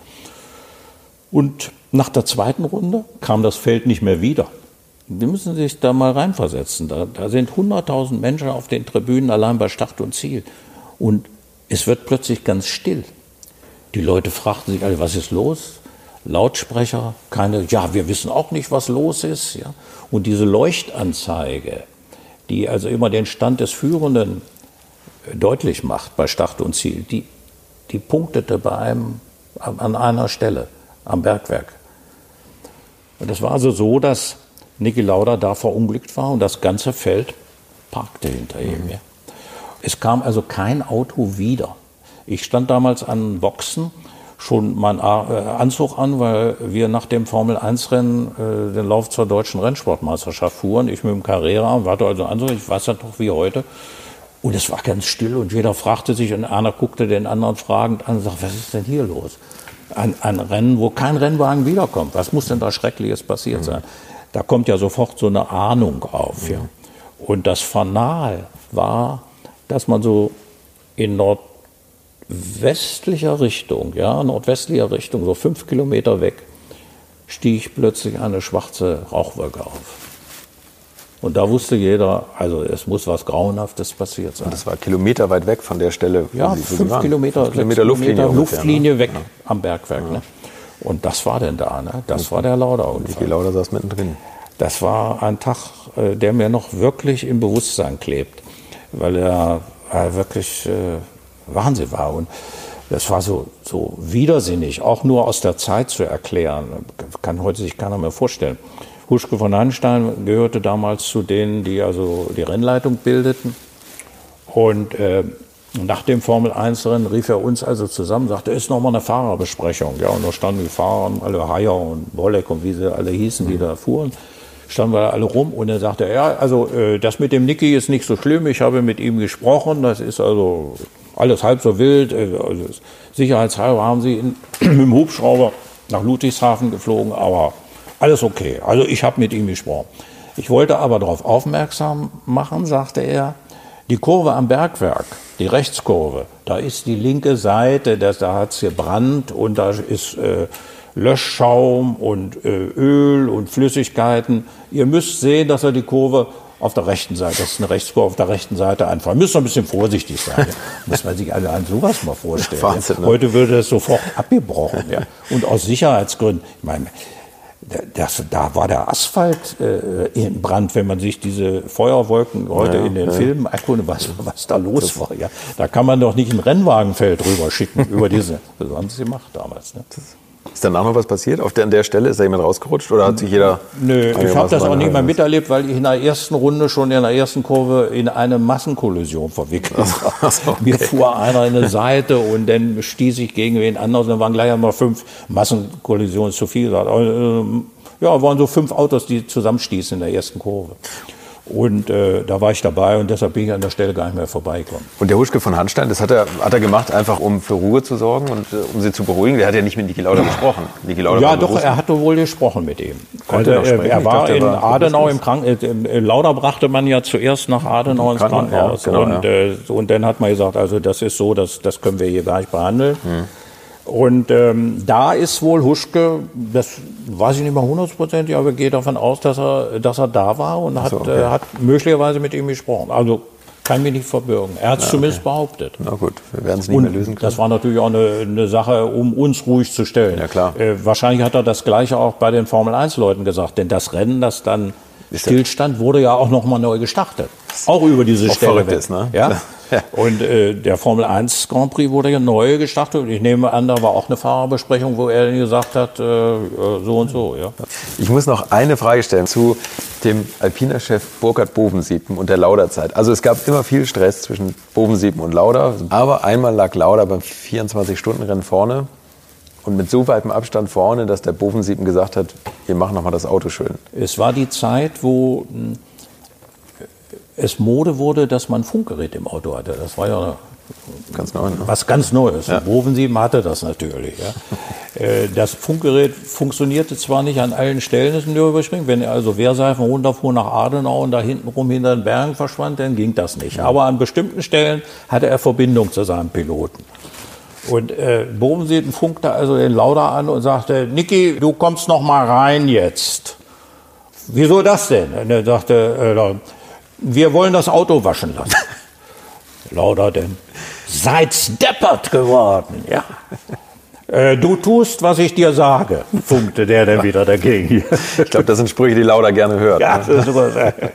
Und nach der zweiten Runde kam das Feld nicht mehr wieder. Die müssen sich da mal reinversetzen. Da, da sind hunderttausend Menschen auf den Tribünen allein bei Start und Ziel. Und es wird plötzlich ganz still. Die Leute fragten sich alle, was ist los? Lautsprecher, keine, ja, wir wissen auch nicht, was los ist. Ja. Und diese Leuchtanzeige, die also immer den Stand des Führenden deutlich macht bei Start und Ziel, die, die punktete bei einem an einer Stelle am Bergwerk. Und das war also so, dass Niki Lauda da verunglückt war und das ganze Feld parkte hinter ihm. Mhm. Ja. Es kam also kein Auto wieder. Ich stand damals an Boxen, schon mein Anzug an, weil wir nach dem Formel eins Rennen äh, den Lauf zur deutschen Rennsportmeisterschaft fuhren. Ich mit dem Carrera, hatte also Anzug, ich weiß das noch wie heute. Und es war ganz still und jeder fragte sich und einer guckte den anderen fragend an und sagte, was ist denn hier los? Ein, ein Rennen, wo kein Rennwagen wiederkommt. Was muss denn da Schreckliches passiert sein? Da kommt ja sofort so eine Ahnung auf. Ja. Und das Fanal war, dass man so in nordwestlicher Richtung, ja, nordwestlicher Richtung, so fünf Kilometer weg, stieg plötzlich eine schwarze Rauchwolke auf. Und da wusste jeder, also es muss was Grauenhaftes passiert sein. Und das war kilometerweit weg von der Stelle, wo ja, Sie, wo fünf Sie waren. Kilometer, fünf Kilometer Luftlinie, Kilometer Luftlinie ungefähr, weg ne? am Bergwerk. Ja. Ne? Und das war denn da, ne? Das okay. war der Lauda-Unfall. Niki Lauda saß mittendrin. Das war ein Tag, der mir noch wirklich im Bewusstsein klebt, weil er wirklich äh, Wahnsinn war. Und das war so, so widersinnig, auch nur aus der Zeit zu erklären. Kann heute sich keiner mehr vorstellen. Huschke von Hanstein gehörte damals zu denen, die also die Rennleitung bildeten. Und äh, nach dem Formel eins Rennen rief er uns also zusammen, sagte, ist noch mal eine Fahrerbesprechung. Ja, und da standen die Fahrer, alle Heyer und Bolek und wie sie alle hießen, die da fuhren, standen wir da alle rum. Und er sagte, ja, also äh, das mit dem Niki ist nicht so schlimm, ich habe mit ihm gesprochen, das ist also alles halb so wild. Äh, also sicherheitshalber haben sie ihn mit dem Hubschrauber nach Ludwigshafen geflogen, aber alles okay. Also ich habe mit ihm gesprochen. Ich wollte aber darauf aufmerksam machen, sagte er, die Kurve am Bergwerk, die Rechtskurve, da ist die linke Seite, das, da hat es gebrannt und da ist äh, Löschschaum und äh, Öl und Flüssigkeiten. Ihr müsst sehen, dass er die Kurve auf der rechten Seite, das ist eine Rechtskurve auf der rechten Seite einfahren. Müsst ein bisschen vorsichtig sein. Ja. Muss man sich alle an sowas mal vorstellen. Wahnsinn, ja. Ne? Heute würde das sofort abgebrochen. Ja. Und aus Sicherheitsgründen, ich meine, Das, da war der Asphalt äh, in Brand, wenn man sich diese Feuerwolken heute ja, in den ja. Filmen erkundet, was, was da los war. Ja. Da kann man doch nicht ein Rennwagenfeld rüber schicken über diese. Das haben sie gemacht damals. Ne? Ist danach noch was passiert? Auf der, an der Stelle ist da jemand rausgerutscht oder hat sich jeder... Nö, ich habe das auch nicht mehr miterlebt, weil ich in der ersten Runde schon in der ersten Kurve in eine Massenkollision verwickelt war. Also, okay. Mir fuhr einer in eine Seite und dann stieß ich gegen wen anders und dann waren gleich einmal fünf Massenkollisionen, zu viel gesagt. Ja, waren so fünf Autos, die zusammenstießen in der ersten Kurve. Und äh, da war ich dabei und deshalb bin ich an der Stelle gar nicht mehr vorbeigekommen. Und der Huschke von Hanstein, das hat er, hat er gemacht, einfach um für Ruhe zu sorgen und äh, um sie zu beruhigen. Der hat ja nicht mit Niki Lauda gesprochen. Niki Lauda ja, doch, er hatte wohl gesprochen mit ihm. Konnte also, er, er war dachte, in war Adenau im Krankenhaus. Äh, Lauda brachte man ja zuerst nach Adenau ins Krankenhaus. Ja, genau, und, ja. äh, und dann hat man gesagt, also das ist so, das, das können wir hier gar nicht behandeln. Hm. Und ähm, da ist wohl Huschke, das weiß ich nicht mal hundertprozentig, aber ich gehe davon aus, dass er, dass er da war und hat, so, okay. äh, hat möglicherweise mit ihm gesprochen. Also kann mich nicht verbürgen. Er hat es ja, zumindest okay. behauptet. Na gut, wir werden es nicht und mehr lösen können. Das war natürlich auch eine, eine Sache, um uns ruhig zu stellen. Ja, klar. Äh, wahrscheinlich hat er das Gleiche auch bei den Formel eins Leuten gesagt, denn das Rennen, das dann stillstand, wurde ja auch nochmal neu gestartet. Auch über diese auch Stelle. Ist, ne? Ja? Ja. Und äh, der Formel eins Grand Prix wurde ja neu gestartet. Und ich nehme an, da war auch eine Fahrerbesprechung, wo er gesagt hat, äh, so und so. Ja. Ich muss noch eine Frage stellen zu dem Alpina-Chef Burkhard Bovensiepen und der Lauda-Zeit. Also es gab immer viel Stress zwischen Bovensiepen und Lauda. Aber einmal lag Lauda beim vierundzwanzig-Stunden-Rennen vorne. Und mit so weitem Abstand vorne, dass der Bovensiepen gesagt hat, wir machen nochmal das Auto schön. Es war die Zeit, wo es Mode wurde, dass man Funkgerät im Auto hatte. Das war ja ganz neu, ne? was ganz Neues. Ja. Bovensiepen hatte das natürlich. Ja. Das Funkgerät funktionierte zwar nicht an allen Stellen des Nürburgring. Wenn er also Wehrseifen runterfuhr nach Adenau und da hintenrum hinter den Bergen verschwand, dann ging das nicht. Aber an bestimmten Stellen hatte er Verbindung zu seinem Piloten. Und äh, Bovensiepen funkte also den Lauda an und sagte, Niki, du kommst noch mal rein jetzt. Wieso das denn? Und er sagte, äh, wir wollen das Auto waschen lassen. Lauda denn, seid's deppert geworden, ja. Äh, du tust, was ich dir sage, funkte der dann wieder dagegen. Ich glaube, das sind Sprüche, die Lauda gerne hört. Ja, das ist sowas.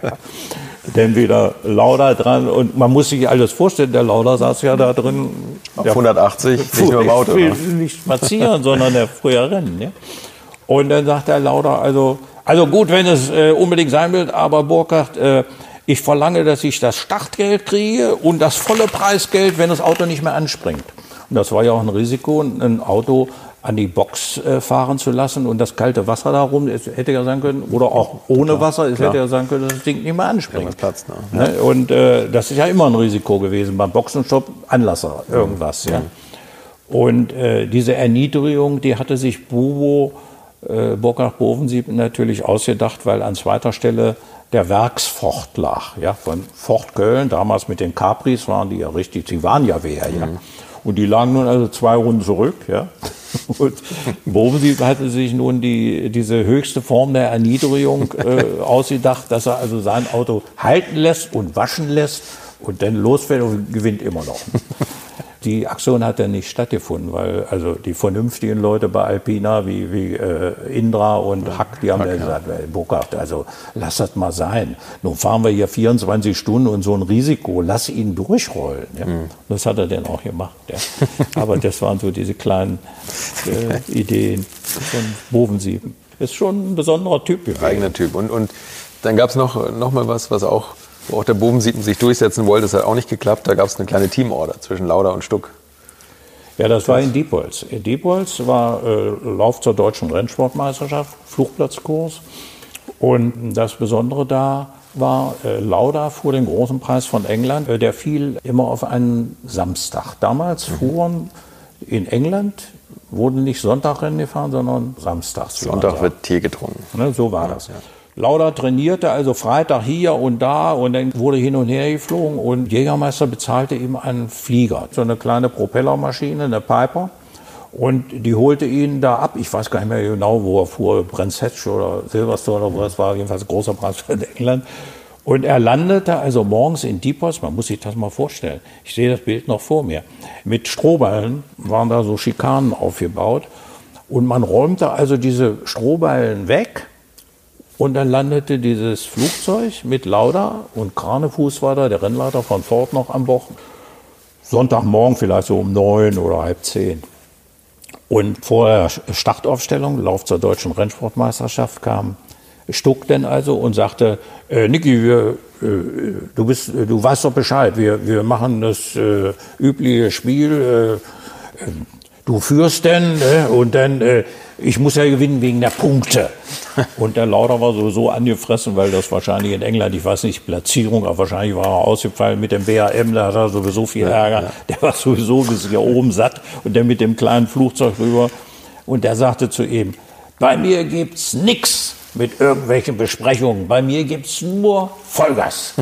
Dann wieder Lauda dran und man muss sich alles vorstellen, der Lauda saß ja da drin. Auf hundertachtzig, nicht nur im Auto. Nicht spazieren, sondern der früher rennen. Ja? Und dann sagt der Lauda, also, also gut, wenn es äh, unbedingt sein will, aber Burkhard, äh, ich verlange, dass ich das Startgeld kriege und das volle Preisgeld, wenn das Auto nicht mehr anspringt. Und das war ja auch ein Risiko, ein Auto an die Box äh, fahren zu lassen und das kalte Wasser da rum, es hätte ja sein können, oder auch ohne klar, Wasser, es klar. hätte ja sein können, dass das Ding nicht mehr anspringt. Ja, Platz, ne? Ne? Und äh, das ist ja immer ein Risiko gewesen, beim Boxenstopp Anlasser, irgendwas. Mhm. Ja. Und äh, diese Erniedrigung, die hatte sich Bubo, äh, Burkhard Bovensiepen natürlich ausgedacht, weil an zweiter Stelle der Werksford lag. Ja, von Ford Köln, damals mit den Capris waren die ja richtig, die waren ja wer, ja. Mhm. Und die lagen nun also zwei Runden zurück, ja. Und Bovensiepen hatte sich nun die, diese höchste Form der Erniedrigung äh, ausgedacht, dass er also sein Auto halten lässt und waschen lässt und dann losfährt und gewinnt immer noch. Die Aktion hat dann nicht stattgefunden, weil also die vernünftigen Leute bei Alpina wie, wie äh, Indra und Hack, die haben Hack, ja gesagt, ja. Burkhard, also lass das mal sein. Nun fahren wir hier vierundzwanzig Stunden und so ein Risiko, lass ihn durchrollen. Ja. Mhm. Das hat er dann auch gemacht. Ja. Aber das waren so diese kleinen äh, Ideen von Bovensiepen. Ist schon ein besonderer Typ gewesen. Eigener Typ. Und, und dann gab es noch, noch mal was, was auch wo auch der Bovensiepen sich durchsetzen wollte, das hat auch nicht geklappt. Da gab es eine kleine Teamorder zwischen Lauda und Stuck. Ja, das war in Diepholz. In Diepholz war äh, Lauf zur deutschen Rennsportmeisterschaft, Flugplatzkurs. Und das Besondere da war, äh, Lauda fuhr den großen Preis von England. Äh, der fiel immer auf einen Samstag. Damals mhm. fuhren in England, wurden nicht Sonntagrennen gefahren, sondern samstags. Sonntag wird Tee getrunken. Ne, so war ja, das. Ja. Lauda trainierte also Freitag hier und da und dann wurde hin und her geflogen und Jägermeister bezahlte ihm einen Flieger, so eine kleine Propellermaschine, eine Piper, und die holte ihn da ab. Ich weiß gar nicht mehr genau, wo er fuhr, Brands Hatch oder Silverstone oder wo das war, jedenfalls ein großer Preis für England. Und er landete also morgens in Diepholz, man muss sich das mal vorstellen, ich sehe das Bild noch vor mir, mit Strohballen waren da so Schikanen aufgebaut und man räumte also diese Strohballen weg. Und dann landete dieses Flugzeug mit Lauda und Kranefuß war da, der Rennleiter von Ford, noch an Bord. Sonntagmorgen vielleicht so um neun oder halb zehn. Und vor der Startaufstellung, Lauf zur deutschen Rennsportmeisterschaft, kam Stuck denn also und sagte, äh, Niki, wir, äh, du, bist, äh, du weißt doch Bescheid, wir, wir machen das äh, übliche Spiel, äh, äh, du führst denn äh, und dann... Äh, ich muss ja gewinnen wegen der Punkte. Und der Lauda war sowieso angefressen, weil das wahrscheinlich in England, ich weiß nicht, Platzierung, aber wahrscheinlich war er ausgefallen mit dem B A M, da hat er sowieso viel Ärger. Ja, ja. Der war sowieso bis hier oben satt und der mit dem kleinen Flugzeug rüber. Und der sagte zu ihm, bei mir gibt's nix mit irgendwelchen Besprechungen, bei mir gibt's nur Vollgas.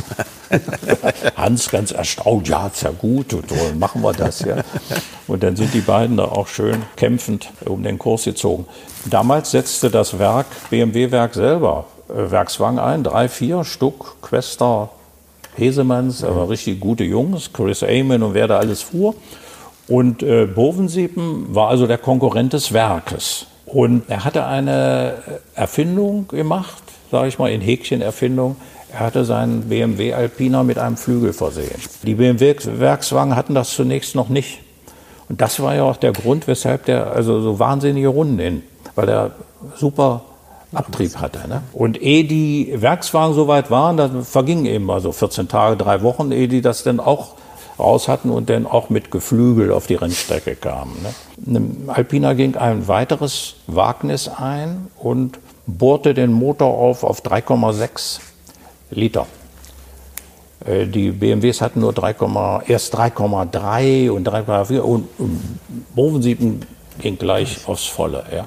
Hans ganz erstaunt, ja, ist ja gut, und so machen wir das, ja. Und dann sind die beiden da auch schön kämpfend um den Kurs gezogen. Damals setzte das Werk, B M W-Werk selber, äh, Werkswagen ein, drei, vier Stück, Quester, Hesemanns, aber richtig gute Jungs, Chris Amon und wer da alles fuhr. Und äh, Bovensiepen war also der Konkurrent des Werkes. Und er hatte eine Erfindung gemacht, sage ich mal, in Häkchen-Erfindung. Er hatte seinen B M W Alpina mit einem Flügel versehen. Die B M W-Werkswagen hatten das zunächst noch nicht. Und das war ja auch der Grund, weshalb der also so wahnsinnige Runden hin, weil er super Abtrieb hatte. Ne? Und ehe die Werkswagen soweit waren, dann vergingen eben also vierzehn Tage, drei Wochen, ehe die das dann auch raus hatten und dann auch mit Geflügel auf die Rennstrecke kamen. Ne? Alpina ging ein weiteres Wagnis ein und bohrte den Motor auf auf drei Komma sechs Liter. Die B M Ws hatten nur drei, erst drei Komma drei und drei Komma vier und Bovensiepen ging gleich aufs Volle. Ja.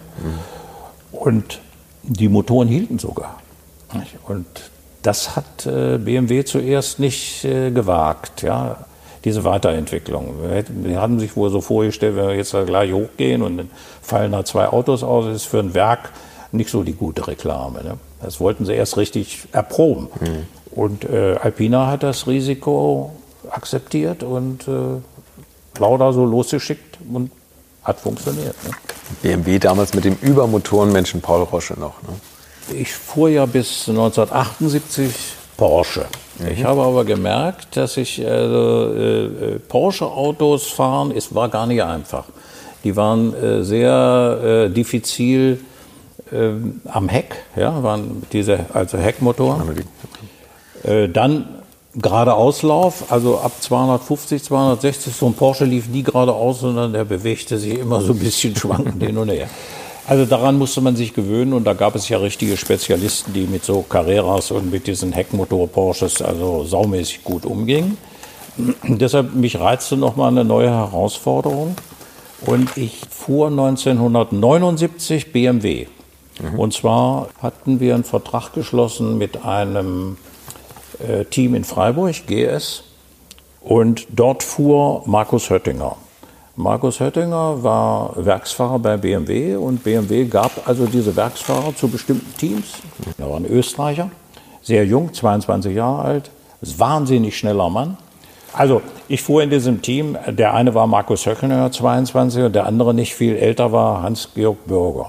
Und die Motoren hielten sogar. Und das hat B M W zuerst nicht gewagt, ja, diese Weiterentwicklung. Wir hatten sich wohl so vorgestellt, wenn wir jetzt da gleich hochgehen und dann fallen da zwei Autos aus, das ist für ein Werk nicht so die gute Reklame. Ne? Das wollten sie erst richtig erproben. Mhm. Und äh, Alpina hat das Risiko akzeptiert und äh, Lauda so losgeschickt und hat funktioniert. Ne? B M W damals mit dem Übermotorenmenschen Paul Rosche noch. Ne? Ich fuhr ja bis neunzehnhundertachtundsiebzig Porsche. Mhm. Ich habe aber gemerkt, dass ich äh, äh, Porsche-Autos fahren, es war gar nicht einfach. Die waren äh, sehr äh, diffizil äh, am Heck, ja, waren diese also Heckmotoren. Äh, dann geradeauslauf, also ab zweihundertfünfzig, zweihundertsechzig, so ein Porsche lief nie geradeaus, sondern der bewegte sich immer so ein bisschen schwankend hin und her. Also daran musste man sich gewöhnen und da gab es ja richtige Spezialisten, die mit so Carreras und mit diesen Heckmotor-Porsches also saumäßig gut umgingen. Deshalb mich reizte nochmal eine neue Herausforderung und ich fuhr neunzehnhundertneunundsiebzig B M W. Mhm. Und zwar hatten wir einen Vertrag geschlossen mit einem äh, Team in Freiburg, G S, und dort fuhr Markus Höttinger. Markus Höttinger war Werksfahrer bei B M W und B M W gab also diese Werksfahrer zu bestimmten Teams. Er war ein Österreicher, sehr jung, zweiundzwanzig Jahre alt, ist wahnsinnig schneller Mann. Also ich fuhr in diesem Team, der eine war Markus Höttinger, zweiundzwanzig, und der andere nicht viel älter war Hans-Georg Bürger.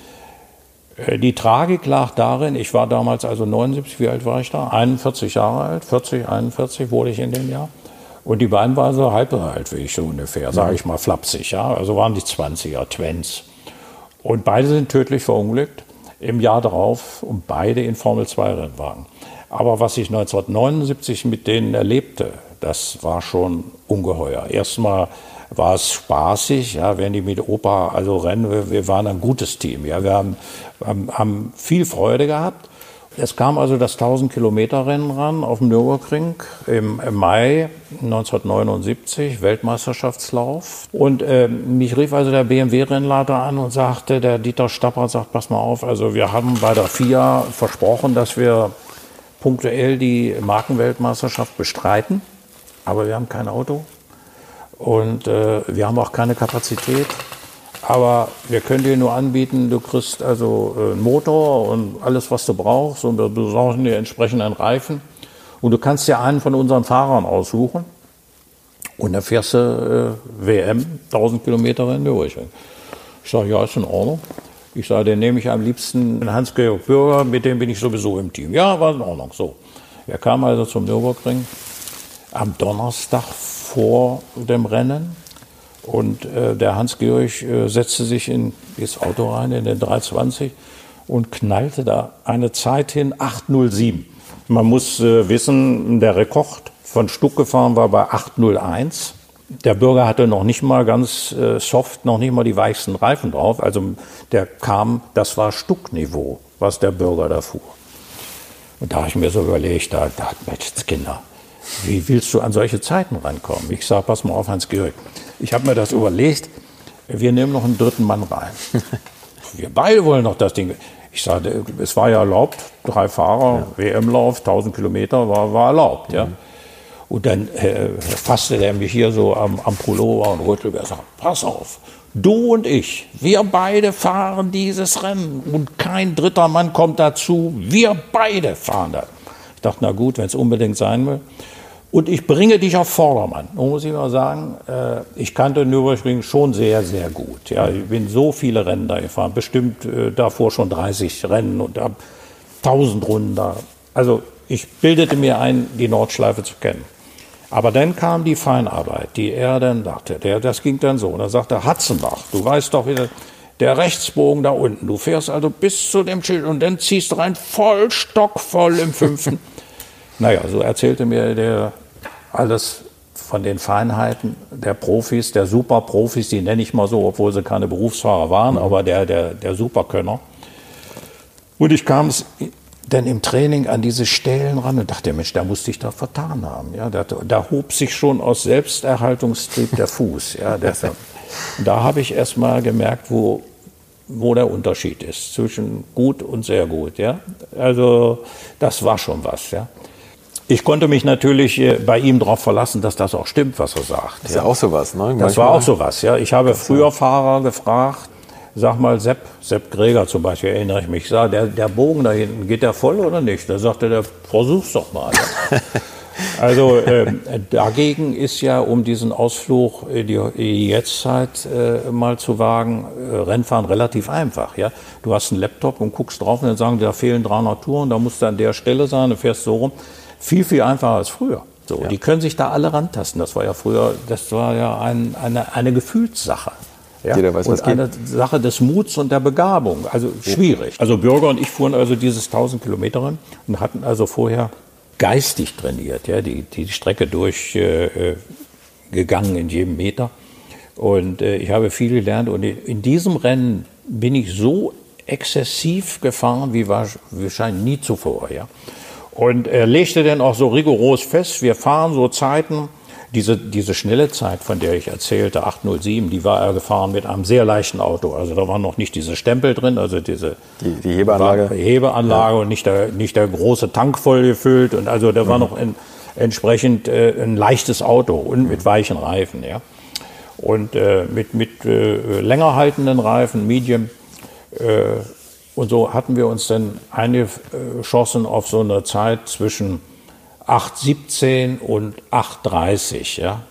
Die Tragik lag darin, ich war damals also neunundsiebzig, wie alt war ich da? einundvierzig Jahre alt, vierzig, einundvierzig wurde ich in dem Jahr. Und die beiden waren so halb so alt wie ich so ungefähr, sage ich mal flapsig, ja. Also waren die zwanziger, Twents. Und beide sind tödlich verunglückt im Jahr darauf und beide in Formel zwei Rennwagen. Aber was ich neunzehnhundertneunundsiebzig mit denen erlebte, das war schon ungeheuer. Erstmal war es spaßig, ja, wenn die mit Opa also rennen, wir, wir waren ein gutes Team, ja, wir haben, haben, haben viel Freude gehabt. Es kam also das tausend-Kilometer-Rennen ran auf dem Nürburgring im, im Mai neunzehnhundertneunundsiebzig, Weltmeisterschaftslauf. Und äh, mich rief also der B M W-Rennleiter an und sagte, der Dieter Stappert sagt, pass mal auf, also wir haben bei der F I A versprochen, dass wir punktuell die Markenweltmeisterschaft bestreiten, aber wir haben kein Auto und äh, wir haben auch keine Kapazität. Aber wir können dir nur anbieten, du kriegst also einen Motor und alles, was du brauchst, und wir besorgen dir entsprechenden Reifen. Und du kannst dir einen von unseren Fahrern aussuchen und dann fährst du äh, W M, tausend Kilometer in Nürburgring. Ich sage, ja, ist in Ordnung. Ich sage, den nehme ich am liebsten Hans-Georg Bürger, mit dem bin ich sowieso im Team. Ja, war in Ordnung, so. Er kam also zum Nürburgring am Donnerstag vor dem Rennen. Und äh, der Hans-Georg äh, setzte sich in das Auto rein, in den dreihundertzwanzig, und knallte da eine Zeit hin, acht null sieben. Man muss äh, wissen, der Rekord von Stuck gefahren war bei acht null eins. Der Bürger hatte noch nicht mal ganz äh, soft, noch nicht mal die weichsten Reifen drauf. Also der kam, das war Stuckniveau, was der Bürger da fuhr. Und da habe ich mir so überlegt, da, da Menschenskinder, wie willst du an solche Zeiten rankommen? Ich sage, pass mal auf, Hans-Georg. Ich habe mir das überlegt, wir nehmen noch einen dritten Mann rein. Wir beide wollen noch das Ding. Ich sage, es war ja erlaubt, drei Fahrer, ja. W M-Lauf, tausend Kilometer war, war erlaubt. Ja. Mhm. Und dann äh, fasste der mich hier so am, am Pullover und rüttelte und sagt, pass auf, du und ich, wir beide fahren dieses Rennen und kein dritter Mann kommt dazu, wir beide fahren das. Ich dachte, na gut, wenn es unbedingt sein will. Und ich bringe dich auf Vordermann. Nun muss ich mal sagen, äh, ich kannte Nürburgring schon sehr, sehr gut. Ja, ich bin so viele Rennen da gefahren, bestimmt äh, davor schon dreißig Rennen und habe tausend Runden da. Also ich bildete mir ein, die Nordschleife zu kennen. Aber dann kam die Feinarbeit, die er dann dachte, der, das ging dann so. Und er sagte, Hatzenbach, du weißt doch wieder, der Rechtsbogen da unten, du fährst also bis zu dem Schild und dann ziehst du rein voll stockvoll im fünften. Naja, so erzählte mir der alles von den Feinheiten der Profis, der Superprofis, die nenne ich mal so, obwohl sie keine Berufsfahrer waren, mhm. aber der, der, der Superkönner. Und ich kam es dann im Training an diese Stellen ran und dachte, Mensch, da musste ich doch vertan haben. Ja, da, da hob sich schon aus Selbsterhaltungstrieb der Fuß. Ja, das, da habe ich erst mal gemerkt, wo, wo der Unterschied ist zwischen gut und sehr gut. Ja? Also das war schon was. Ja? Ich konnte mich natürlich bei ihm darauf verlassen, dass das auch stimmt, was er sagt. Das ist ja auch sowas, ne? Das war auch sowas, ja. Ich habe früher Fahrer gefragt, sag mal, Sepp, Sepp Greger zum Beispiel, erinnere ich mich, sag, der, der Bogen da hinten, geht der voll oder nicht? Da sagte der, versuch's doch mal. Also äh, dagegen ist ja, um diesen Ausflug in die, die Jetztzeit äh, mal zu wagen, äh, Rennfahren relativ einfach. Ja? Du hast einen Laptop und guckst drauf und dann sagen, da fehlen dreihundert Touren, da musst du an der Stelle sein, du fährst so rum. Viel, viel einfacher als früher. So, ja. Die können sich da alle rantasten. Das war ja früher, das war ja ein, eine, eine Gefühlssache. Ja? Jeder weiß, was geht. Und eine Sache des Muts und der Begabung. Also schwierig. Also Bürger und ich fuhren also dieses tausend Kilometer Rennen und hatten also vorher geistig trainiert, ja, die, die Strecke durchgegangen äh, in jedem Meter. Und äh, ich habe viel gelernt. Und in diesem Rennen bin ich so exzessiv gefahren wie wahrscheinlich nie zuvor. Ja. Und er legte dann auch so rigoros fest, wir fahren so Zeiten, diese, diese schnelle Zeit, von der ich erzählte, acht null sieben, die war er gefahren mit einem sehr leichten Auto. Also da waren noch nicht diese Stempel drin, also diese die, die Hebeanlage, Hebeanlage ja. Und nicht der, nicht der große Tank voll gefüllt. Und also da war mhm. noch in, entsprechend äh, ein leichtes Auto und mit weichen Reifen. Ja. Und äh, mit, mit äh, länger haltenden Reifen, Medium. Äh, Und so hatten wir uns dann eingeschossen auf so eine Zeit zwischen acht siebzehn und acht dreißig. Ja?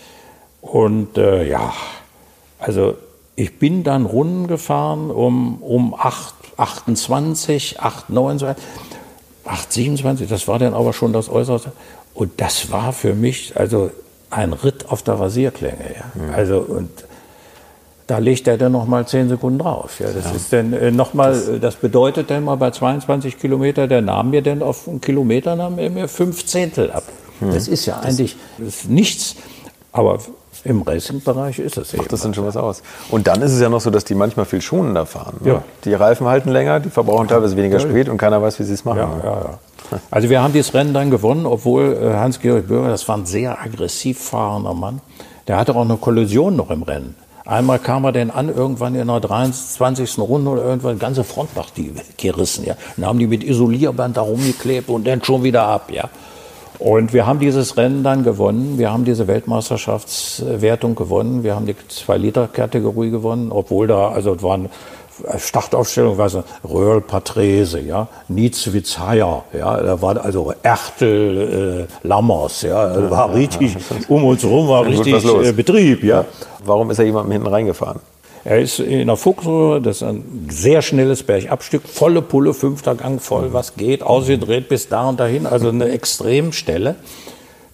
Und äh, ja, also ich bin dann Runden gefahren um, um acht achtundzwanzig, acht neunundzwanzig, acht siebenundzwanzig, das war dann aber schon das Äußerste. Und das war für mich also ein Ritt auf der Rasierklinge. Ja? Mhm. Also, und da legt er dann noch mal zehn Sekunden drauf. Ja, das ja. ist dann äh, noch mal, das, das bedeutet dann mal bei zweiundzwanzig Kilometer, der nahm mir dann auf einen Kilometer nahm er mir fünf Zehntel ab. Hm. Das ist ja eigentlich das ist nichts, aber im Racing-Bereich ist es eben. Macht das dann schon was aus. Und dann ist es ja noch so, dass die manchmal viel schonender fahren. Ne? Ja. Die Reifen halten länger, die verbrauchen teilweise weniger Sprit und keiner weiß, wie sie es machen. Ja, ja, ja. Also wir haben dieses Rennen dann gewonnen, obwohl äh, Hans-Georg Bürger, das war ein sehr aggressiv fahrender Mann, der hatte auch eine Kollision noch im Rennen. Einmal kam er dann an, irgendwann in der dreiundzwanzigsten Runde oder irgendwann, die ganze Front war die gerissen, ja. Dann haben die mit Isolierband da rumgeklebt und dann schon wieder ab, ja. Und wir haben dieses Rennen dann gewonnen, wir haben diese Weltmeisterschaftswertung gewonnen, wir haben die zwei Liter Kategorie gewonnen, obwohl da, also es waren Startaufstellung, weiß nicht, Röhrl, Patrese, ja, Nietzwitz-Heyer, ja, da war also Ertel, äh, Lammers, ja, da war richtig, um uns rum war richtig äh, Betrieb, ja. Warum ist er jemandem hinten reingefahren? Er ist in der Fuchsröhre, das ist ein sehr schnelles Bergabstück, volle Pulle, fünfter Gang voll, was geht, ausgedreht bis da und dahin, also eine Extremstelle.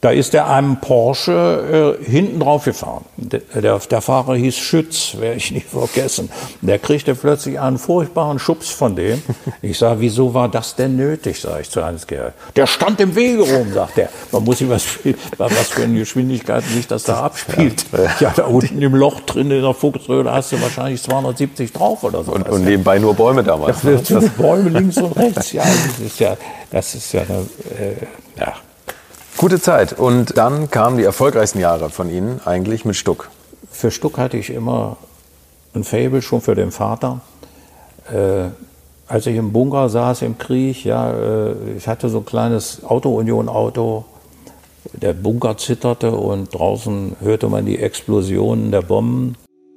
Da ist er einem Porsche äh, hinten drauf gefahren. Der, der, der Fahrer hieß Schütz, werde ich nicht vergessen. Der kriegte plötzlich einen furchtbaren Schubs von dem. Ich sage, wieso war das denn nötig, sage ich zu Hans Georg. Der stand im Wege rum, sagt er. Man muss sich was, was für eine Geschwindigkeit sich das da abspielt. Ja, ja, da unten im Loch drin in der Fuchsröhre hast du wahrscheinlich zweihundertsiebzig drauf oder so. Und, und nebenbei nur Bäume damals. Das, das Bäume links und rechts, ja. Das ist ja, das ist ja eine, äh, ja. Gute Zeit. Und dann kamen die erfolgreichsten Jahre von Ihnen eigentlich mit Stuck. Für Stuck hatte ich immer ein Faible, schon für den Vater. Äh, als ich im Bunker saß im Krieg, ja, äh, ich hatte so ein kleines Auto-Union-Auto. Der Bunker zitterte und draußen hörte man die Explosionen der Bomben.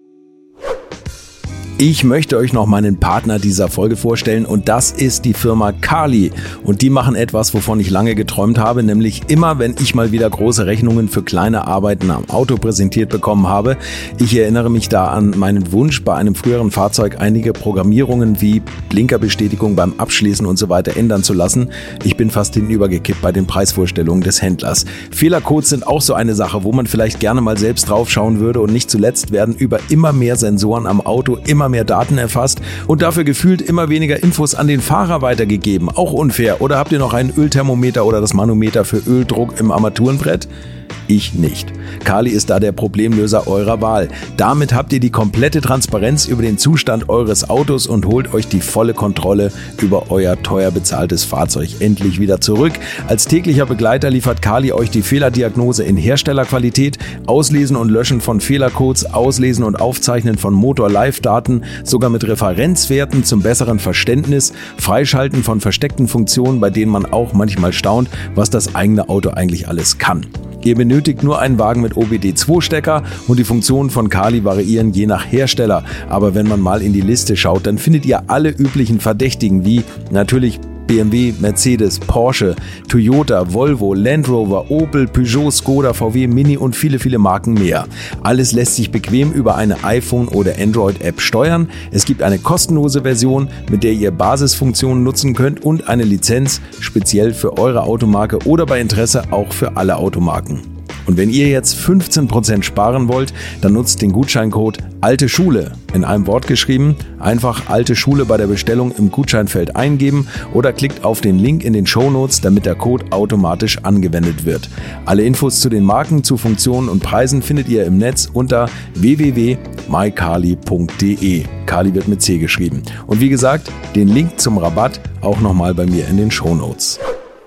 Ich möchte euch noch meinen Partner dieser Folge vorstellen und das ist die Firma Carli. Und die machen etwas, wovon ich lange geträumt habe, nämlich immer, wenn ich mal wieder große Rechnungen für kleine Arbeiten am Auto präsentiert bekommen habe. Ich erinnere mich da an meinen Wunsch, bei einem früheren Fahrzeug einige Programmierungen wie Blinkerbestätigung beim Abschließen und so weiter ändern zu lassen. Ich bin fast hinübergekippt bei den Preisvorstellungen des Händlers. Fehlercodes sind auch so eine Sache, wo man vielleicht gerne mal selbst draufschauen würde und nicht zuletzt werden über immer mehr Sensoren am Auto immer mehr Daten erfasst und dafür gefühlt immer weniger Infos an den Fahrer weitergegeben. Auch unfair. Oder habt ihr noch einen Ölthermometer oder das Manometer für Öldruck im Armaturenbrett? Ich nicht. Carli ist da der Problemlöser eurer Wahl. Damit habt ihr die komplette Transparenz über den Zustand eures Autos und holt euch die volle Kontrolle über euer teuer bezahltes Fahrzeug endlich wieder zurück. Als täglicher Begleiter liefert Carli euch die Fehlerdiagnose in Herstellerqualität, Auslesen und Löschen von Fehlercodes, Auslesen und Aufzeichnen von Motor-Live-Daten, sogar mit Referenzwerten zum besseren Verständnis, Freischalten von versteckten Funktionen, bei denen man auch manchmal staunt, was das eigene Auto eigentlich alles kann. Ihr benötigt nur einen Wagen mit O B D zwei Stecker und die Funktionen von Carli variieren je nach Hersteller. Aber wenn man mal in die Liste schaut, dann findet ihr alle üblichen Verdächtigen wie natürlich B M W, Mercedes, Porsche, Toyota, Volvo, Land Rover, Opel, Peugeot, Skoda, V W, Mini und viele, viele Marken mehr. Alles lässt sich bequem über eine iPhone- oder Android-App steuern. Es gibt eine kostenlose Version, mit der ihr Basisfunktionen nutzen könnt und eine Lizenz speziell für eure Automarke oder bei Interesse auch für alle Automarken. Und wenn ihr jetzt fünfzehn Prozent sparen wollt, dann nutzt den Gutscheincode Alte Schule, in einem Wort geschrieben, einfach Alte Schule bei der Bestellung im Gutscheinfeld eingeben oder klickt auf den Link in den Shownotes, damit der Code automatisch angewendet wird. Alle Infos zu den Marken, zu Funktionen und Preisen findet ihr im Netz unter w w w punkt my carli punkt d e. Carli wird mit C geschrieben. Und wie gesagt, den Link zum Rabatt auch nochmal bei mir in den Shownotes.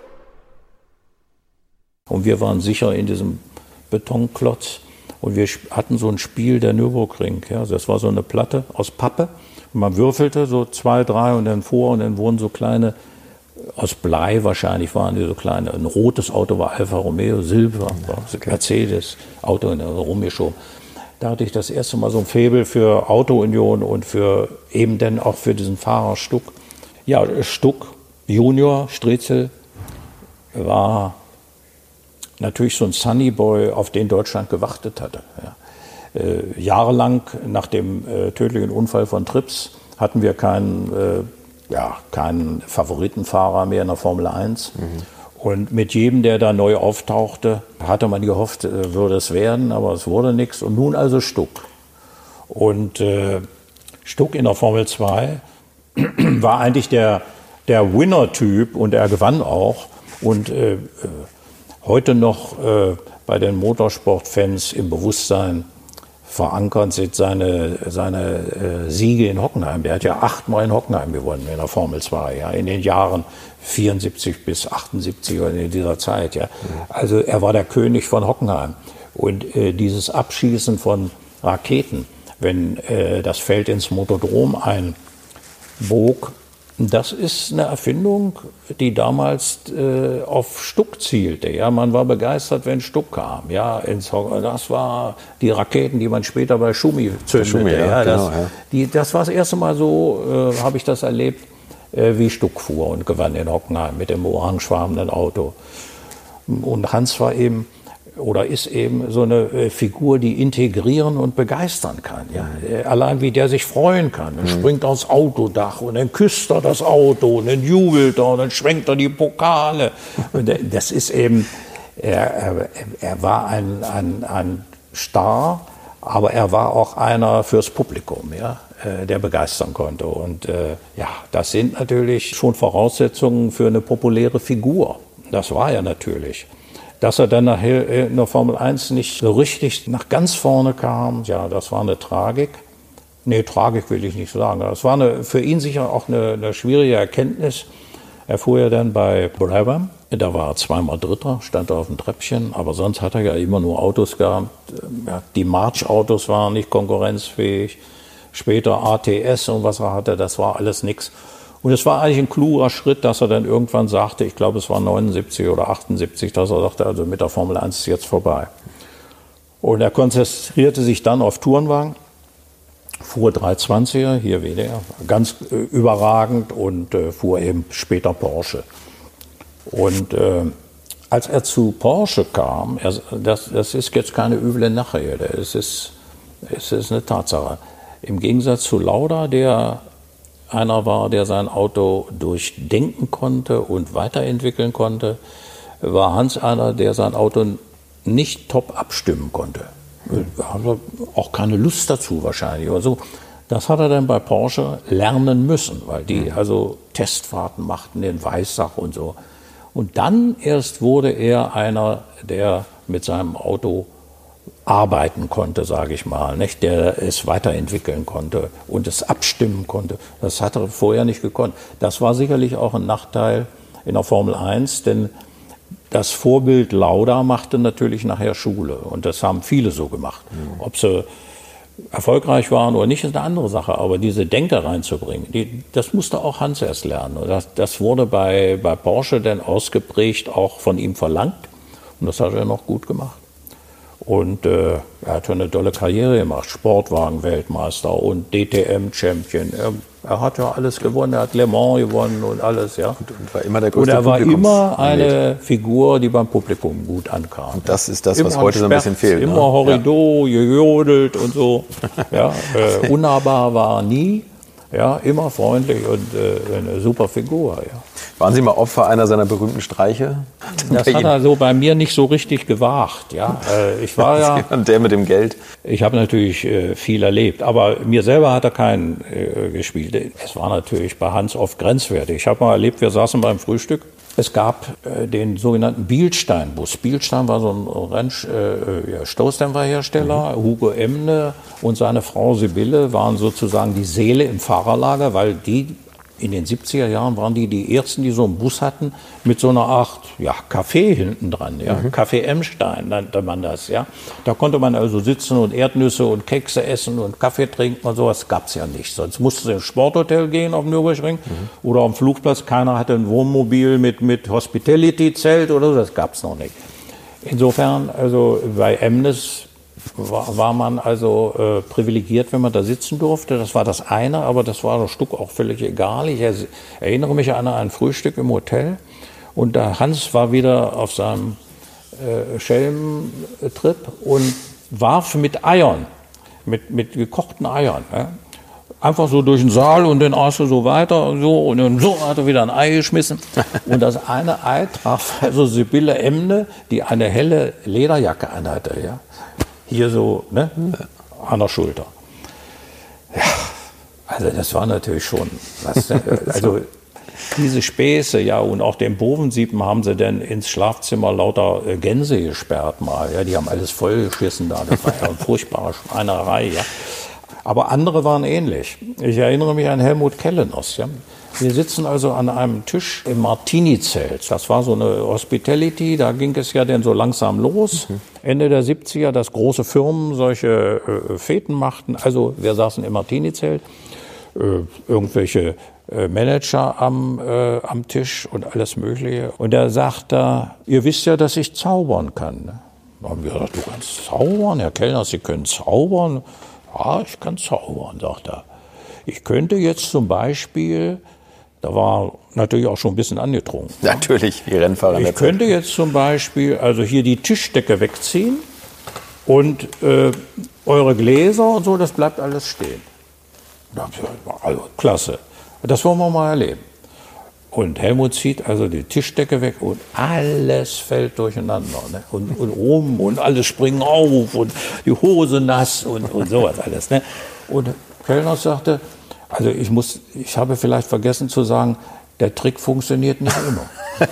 Und wir waren sicher in diesem Betonklotz und wir hatten so ein Spiel der Nürburgring. Ja, das war so eine Platte aus Pappe und man würfelte so zwei, drei und dann vor und dann wurden so kleine, aus Blei wahrscheinlich waren die so kleine, ein rotes Auto war Alfa Romeo, Silber war Mercedes, Auto in der rumgeschoben. Da hatte ich das erste Mal so ein Faible für Auto-Union und für eben dann auch für diesen Fahrer Stuck. Ja, Stuck, Junior, Strezl war natürlich so ein Sunnyboy, auf den Deutschland gewartet hatte. Ja. Äh, jahrelang nach dem äh, tödlichen Unfall von Trips hatten wir keinen, äh, ja, keinen Favoritenfahrer mehr in der Formel eins. Mhm. Und mit jedem, der da neu auftauchte, hatte man gehofft, äh, würde es werden, aber es wurde nichts. Und nun also Stuck. Und äh, Stuck in der Formel zwei war eigentlich der, der Winner-Typ und er gewann auch. Und äh, heute noch äh, bei den Motorsportfans im Bewusstsein verankert sind seine, seine äh, Siege in Hockenheim. Der hat ja achtmal in Hockenheim gewonnen in der Formel zwei, ja, in den Jahren vierundsiebzig bis achtundsiebzig oder in dieser Zeit. Ja. Also er war der König von Hockenheim. Und äh, dieses Abschießen von Raketen, wenn äh, das Feld ins Motodrom einbog, das ist eine Erfindung, die damals äh, auf Stuck zielte. Ja, man war begeistert, wenn Stuck kam. Ja, ins, das war die Raketen, die man später bei Schumi zündete. Schumi, ja, ja, das, genau, ja. Die, das war das erste Mal so, äh, habe ich das erlebt, äh, wie Stuck fuhr und gewann in Hockenheim mit dem orangefarbenen Auto. Und Hans war eben oder ist eben so eine äh, Figur, die integrieren und begeistern kann. Ja? Äh, allein wie der sich freuen kann. Er mhm. springt aufs Autodach und dann küsst er das Auto und dann jubelt er und dann schwenkt er die Pokale. Und das ist eben, Er, er, er war ein, ein, ein Star, aber er war auch einer fürs Publikum, ja, der begeistern konnte. Und äh, ja, das sind natürlich schon Voraussetzungen für eine populäre Figur. Das war er natürlich. Dass er dann nachher in der Formel eins nicht so richtig nach ganz vorne kam, ja, das war eine Tragik. Nee, Tragik will ich nicht sagen. Das war eine, für ihn sicher auch eine, eine schwierige Erkenntnis. Er fuhr ja dann bei Brabham. Da war er zweimal Dritter, stand auf dem Treppchen. Aber sonst hat er ja immer nur Autos gehabt. Ja, die March-Autos waren nicht konkurrenzfähig. Später A T S und was er hatte, das war alles nix. Und es war eigentlich ein kluger Schritt, dass er dann irgendwann sagte, ich glaube es war neunundsiebzig oder achtundsiebzig, dass er sagte, also mit der Formel eins ist jetzt vorbei. Und er konzentrierte sich dann auf Tourenwagen, fuhr dreihundertzwanziger, hier W D R, ganz äh, überragend und äh, fuhr eben später Porsche. Und äh, als er zu Porsche kam, er, das, das ist jetzt keine üble Nachrede, es ist, es ist eine Tatsache. Im Gegensatz zu Lauda, der einer war, der sein Auto durchdenken konnte und weiterentwickeln konnte, war Hans einer, der sein Auto nicht top abstimmen konnte. Da hatte auch keine Lust dazu wahrscheinlich oder so. Das hat er dann bei Porsche lernen müssen, weil die also Testfahrten machten in Weissach und so. Und dann erst wurde er einer, der mit seinem Auto arbeiten konnte, sage ich mal, nicht? Der es weiterentwickeln konnte und es abstimmen konnte. Das hat er vorher nicht gekonnt. Das war sicherlich auch ein Nachteil in der Formel eins, denn das Vorbild Lauda machte natürlich nachher Schule und das haben viele so gemacht. Mhm. Ob sie erfolgreich waren oder nicht, ist eine andere Sache, aber diese Denker reinzubringen, die, das musste auch Hans erst lernen. Und das, das wurde bei, bei Porsche dann ausgeprägt auch von ihm verlangt und das hat er noch gut gemacht. Und äh, er hat eine tolle Karriere gemacht, Sportwagen-Weltmeister und D T M-Champion. Er, er hat ja alles gewonnen, er hat Le Mans gewonnen und alles, ja. Und, und war immer der größte Und er war immer eine Publikumsmagnet. Figur, die beim Publikum gut ankam. Und das ist das, immer was heute so ein bisschen fehlt. Immer ne? Horrido, ja. Gejodelt und so. Ja, äh, unnahbar war er nie. Ja, immer freundlich und äh, eine super Figur, ja. Waren Sie mal Opfer einer seiner berühmten Streiche? Das hat er so bei mir nicht so richtig gewagt. Ja, äh, ich war ja. Der mit dem Geld. Ich habe natürlich äh, viel erlebt, aber mir selber hat er keinen äh, gespielt. Es war natürlich bei Hans oft grenzwertig. Ich habe mal erlebt, wir saßen beim Frühstück. Es gab äh, den sogenannten Bielstein-Bus. Bielstein war so ein Renn- äh, ja, Stoßdämpferhersteller. Mhm. Hugo Emne und seine Frau Sibylle waren sozusagen die Seele im Fahrerlager, weil die in den siebziger Jahren waren die die ersten, die so einen Bus hatten mit so einer Art ja, Café hinten dran. Ja? Mhm. Café Emstein nannte man das. Ja? Da konnte man also sitzen und Erdnüsse und Kekse essen und Kaffee trinken und sowas gab es ja nicht. Sonst musste es ins Sporthotel gehen auf dem Nürburgring mhm. oder am Flugplatz. Keiner hatte ein Wohnmobil mit, mit Hospitality-Zelt oder so, das gab es noch nicht. Insofern, also bei Emnes war, war man also äh, privilegiert, wenn man da sitzen durfte. Das war das eine, aber das war das Stück auch völlig egal. Ich erinnere mich an ein Frühstück im Hotel und der Hans war wieder auf seinem äh, Schelmentrip und warf mit Eiern, mit, mit gekochten Eiern, ja, einfach so durch den Saal und dann aß er so weiter und so und dann so hat er wieder ein Ei geschmissen und das eine Ei traf also Sibylle Emne, die eine helle Lederjacke anhatte, ja. Hier so, ne, an der Schulter. Ja, also das war natürlich schon, was, also diese Späße, ja, und auch den Bovensiepen haben sie dann ins Schlafzimmer lauter Gänse gesperrt mal, ja, die haben alles vollgeschissen da, das war ja eine furchtbare Schweinerei, ja. Aber andere waren ähnlich. Ich erinnere mich an Helmut Kellenos, ja. Wir sitzen also an einem Tisch im Martini-Zelt. Das war so eine Hospitality, da ging es ja dann so langsam los. Mhm. Ende der siebziger, dass große Firmen solche äh, Feten machten. Also wir saßen im Martini-Zelt, äh, irgendwelche äh, Manager am, äh, am Tisch und alles Mögliche. Und er sagt da, ihr wisst ja, dass ich zaubern kann. Ne? Da haben wir gesagt, du kannst zaubern? Herr Kellner, Sie können zaubern? Ja, ich kann zaubern, sagt er. Ich könnte jetzt zum Beispiel... Da war natürlich auch schon ein bisschen angetrunken. Natürlich, die Rennfahrer. Ich könnte jetzt zum Beispiel also hier die Tischdecke wegziehen und äh, eure Gläser und so, das bleibt alles stehen. Da hab ich gesagt, also, klasse, das wollen wir mal erleben. Und Helmut zieht also die Tischdecke weg und alles fällt durcheinander. Ne? Und, und rum und alle springen auf und die Hose nass und, und sowas alles. Ne? Und Kellner sagte, also ich muss, ich habe vielleicht vergessen zu sagen, der Trick funktioniert nicht immer.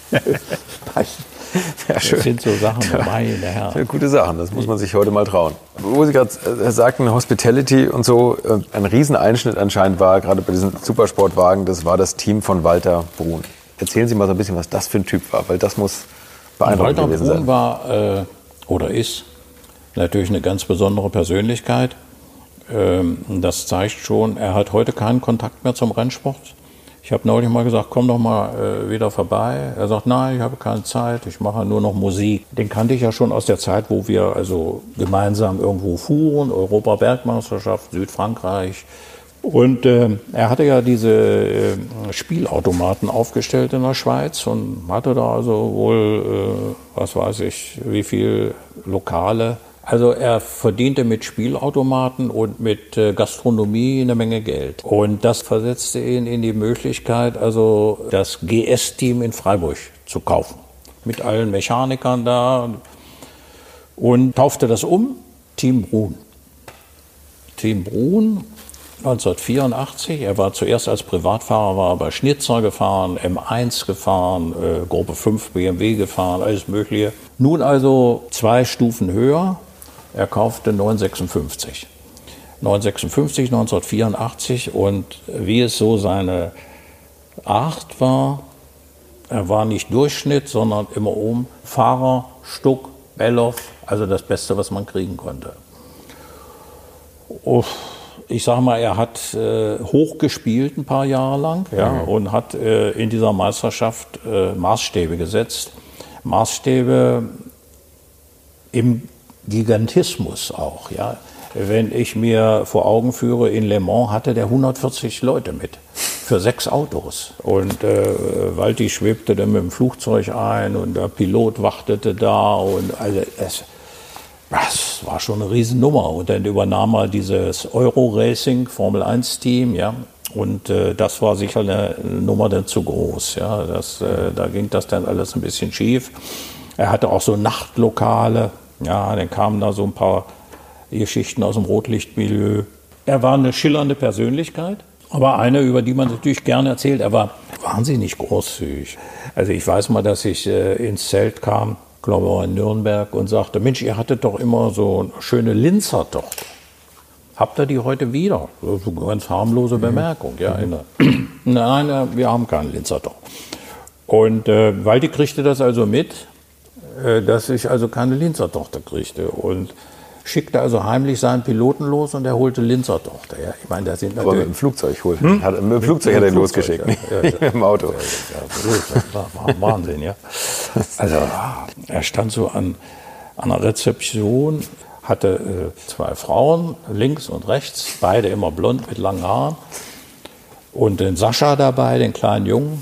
Ja, schön. Das sind so Sachen, meine Herren. Ja, gute Sachen, das muss man sich heute mal trauen. Wo Sie gerade äh, sagten, Hospitality und so, äh, ein Rieseneinschnitt anscheinend war, gerade bei diesen Supersportwagen, das war das Team von Walter Brun. Erzählen Sie mal so ein bisschen, was das für ein Typ war, weil das muss beeindruckend Walter gewesen Brun sein. war äh, oder ist natürlich eine ganz besondere Persönlichkeit. Ähm, das zeigt schon, er hat heute keinen Kontakt mehr zum Rennsport. Ich habe neulich mal gesagt, komm doch mal äh, wieder vorbei. Er sagt, nein, ich habe keine Zeit, ich mache nur noch Musik. Den kannte ich ja schon aus der Zeit, wo wir also gemeinsam irgendwo fuhren, Europa-Bergmeisterschaft, Südfrankreich. Und äh, er hatte ja diese äh, Spielautomaten aufgestellt in der Schweiz und hatte da also wohl, äh, was weiß ich, wie viel Lokale. Also er verdiente mit Spielautomaten und mit äh, Gastronomie eine Menge Geld. Und das versetzte ihn in die Möglichkeit, also das G S-Team in Freiburg zu kaufen. Mit allen Mechanikern da. Und kaufte das um, Team Brun. Team Brun, neunzehnhundertvierundachtzig. Er war zuerst als Privatfahrer, war bei Schnitzer gefahren, M eins gefahren, äh, Gruppe fünf B M W gefahren, alles Mögliche. Nun also zwei Stufen höher. Er kaufte neunhundertsechsundfünfzig. neunzehnhundertsechsundfünfzig, neunzehnhundertvierundachtzig und wie es so seine Art war, er war nicht Durchschnitt, sondern immer oben Fahrer, Stuck, Belloff, also das Beste, was man kriegen konnte. Ich sage mal, er hat äh, hoch gespielt ein paar Jahre lang, ja, mhm. und hat äh, in dieser Meisterschaft äh, Maßstäbe gesetzt. Maßstäbe im Gigantismus auch, ja. Wenn ich mir vor Augen führe, in Le Mans hatte der hundertvierzig Leute mit für sechs Autos. Und äh, Walti schwebte dann mit dem Flugzeug ein und der Pilot wartete da. Und also es, das war schon eine Riesennummer. Und dann übernahm er dieses Euro-Racing, Formel eins Team, ja. Und äh, das war sicher eine Nummer dann zu groß. Ja. Das, äh, da ging das dann alles ein bisschen schief. Er hatte auch so Nachtlokale. Ja, dann kamen da so ein paar Geschichten aus dem Rotlichtmilieu. Er war eine schillernde Persönlichkeit, aber eine, über die man natürlich gerne erzählt. Er war wahnsinnig großzügig. Also ich weiß mal, dass ich äh, ins Zelt kam, glaube ich, in Nürnberg und sagte, Mensch, ihr hattet doch immer so eine schöne Linzer-Tochter. Habt ihr die heute wieder? So eine ganz harmlose Bemerkung. Ja, mhm. Nein, wir haben keine Linzer-Tochter. Und äh, Walti kriegte das also mit, dass ich also keine Linzer-Tochter kriegte und schickte also heimlich seinen Piloten los und er holte Linzer-Tochter. Ja, ich meine, da sind natürlich... Aber mit dem Flugzeug holen. Hm? Hat, mit dem Flugzeug hat er ihn losgeschickt, ja, ja, nicht mit dem Auto. Ja, ja, das war Wahnsinn, ja. Also er stand so an, an einer Rezeption, hatte äh, zwei Frauen, links und rechts, beide immer blond mit langen Haaren und den Sascha dabei, den kleinen Jungen.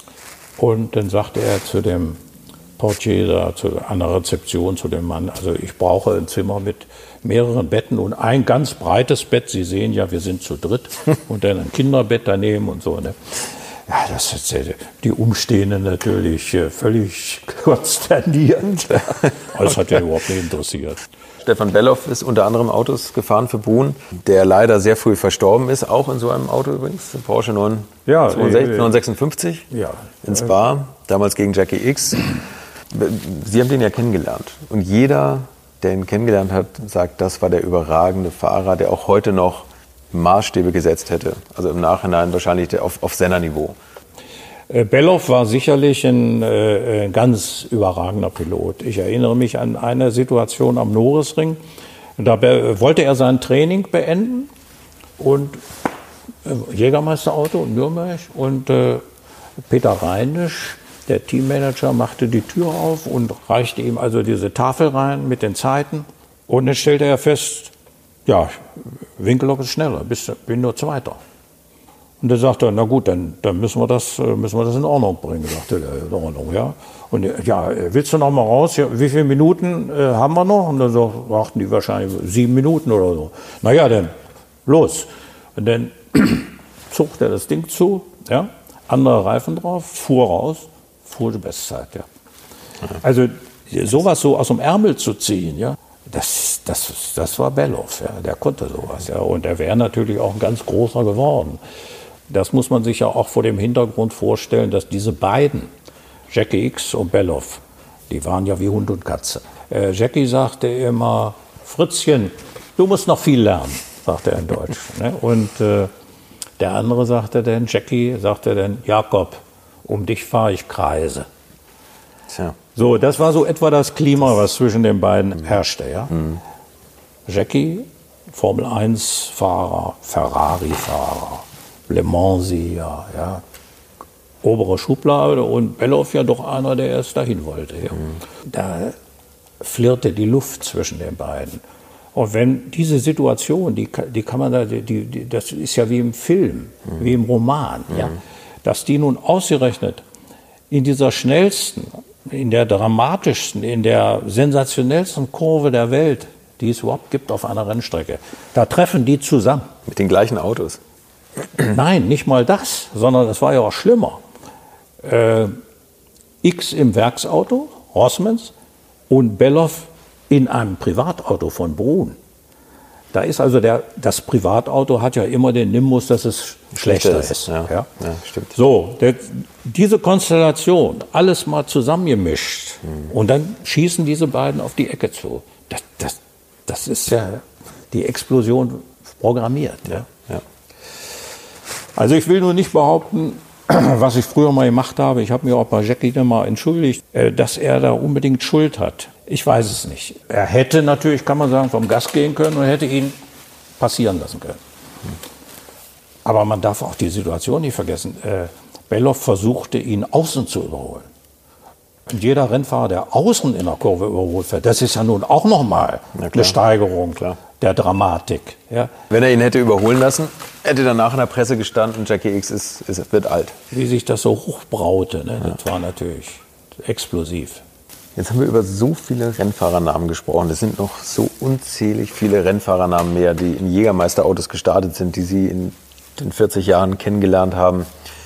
Und dann sagte er zu dem Portier da zu einer Rezeption zu dem Mann, also ich brauche ein Zimmer mit mehreren Betten und ein ganz breites Bett. Sie sehen ja, wir sind zu dritt und dann ein Kinderbett daneben und so. Ne? Ja, das ist die Umstehenden natürlich völlig konsternierend. Das hat ja überhaupt nicht interessiert. Stefan Belloff ist unter anderem Autos gefahren für Brun, der leider sehr früh verstorben ist, auch in so einem Auto übrigens, Porsche neunhundertsechsundfünfzig ja, in Spa, damals gegen Jackie X. Sie haben den ja kennengelernt und jeder, der ihn kennengelernt hat, sagt, das war der überragende Fahrer, der auch heute noch Maßstäbe gesetzt hätte. Also im Nachhinein wahrscheinlich auf, auf Senna-Niveau. Belloff war sicherlich ein, äh, ein ganz überragender Pilot. Ich erinnere mich an eine Situation am Norrisring. Da wollte er sein Training beenden und äh, Jägermeisterauto in Nürnberg und äh, Peter Reinisch, der Teammanager, machte die Tür auf und reichte ihm also diese Tafel rein mit den Zeiten. Und dann stellte er fest, ja, Winkelhock ist schneller, bin nur Zweiter. Und dann sagte er, na gut, dann, dann müssen, wir das, müssen wir das in Ordnung bringen. Sagte er, in Ordnung, ja. Und ja, willst du noch mal raus? Ja, wie viele Minuten äh, haben wir noch? Und dann sagten die wahrscheinlich sieben Minuten oder so. Na ja, dann los. Und dann zog er das Ding zu, ja. andere Reifen drauf, fuhr raus, fuhr die Bestzeit, ja. Also sowas so aus dem Ärmel zu ziehen, ja, das, das, das war Bellof, ja, der konnte sowas, ja, und er wäre natürlich auch ein ganz großer geworden. Das muss man sich ja auch vor dem Hintergrund vorstellen, dass diese beiden, Jackie Ickx und Bellof, die waren ja wie Hund und Katze. Äh, Jackie sagte immer, Fritzchen, du musst noch viel lernen, sagte er in Deutsch. Ne? Und äh, der andere sagte dann, Jackie sagte dann, Jakob, um dich fahre ich Kreise. Tja. So, das war so etwa das Klima, was zwischen den beiden herrschte. Ja? Mhm. Jackie, Formel eins Fahrer, Ferrari-Fahrer, Le Mansier, ja, obere Schublade, und Bellof ja doch einer, der erst dahin wollte. Ja. Mhm. Da flirrte die Luft zwischen den beiden. Und wenn diese Situation, die, die kann man da, die, die, das ist ja wie im Film, mhm. wie im Roman, mhm. ja, dass die nun ausgerechnet in dieser schnellsten, in der dramatischsten, in der sensationellsten Kurve der Welt, die es überhaupt gibt auf einer Rennstrecke, da treffen die zusammen. Mit den gleichen Autos? Nein, nicht mal das, sondern das war ja auch schlimmer. Äh, Ickx im Werksauto, Rossmanns, und Bellof in einem Privatauto von Brun. Da ist also der, das Privatauto hat ja immer den Nimbus, dass es schlechter ist. ist. Ja. Ja? Ja, stimmt. So, der, diese Konstellation, alles mal zusammengemischt, mhm. und dann schießen diese beiden auf die Ecke zu. Das, das, das ist ja die Explosion programmiert. Ja? Ja. Also ich will nur nicht behaupten, was ich früher mal gemacht habe, ich habe mir auch bei Jackie dann mal entschuldigt, dass er da unbedingt Schuld hat. Ich weiß es nicht. Er hätte natürlich, kann man sagen, vom Gas gehen können und hätte ihn passieren lassen können. Aber man darf auch die Situation nicht vergessen. Äh, Bellof versuchte, ihn außen zu überholen. Und jeder Rennfahrer, der außen in der Kurve überholt wird, das ist ja nun auch nochmal eine Steigerung klar. der Dramatik. Ja. Wenn er ihn hätte überholen lassen, hätte danach in der Presse gestanden, Jackie Ickx ist, ist, wird alt. Wie sich das so hochbraute, ne? Ja. Das war natürlich explosiv. Jetzt haben wir über so viele Rennfahrernamen gesprochen. Es sind noch so unzählig viele Rennfahrernamen mehr, die in Jägermeister-Autos gestartet sind, die Sie in den vierzig Jahren kennengelernt haben.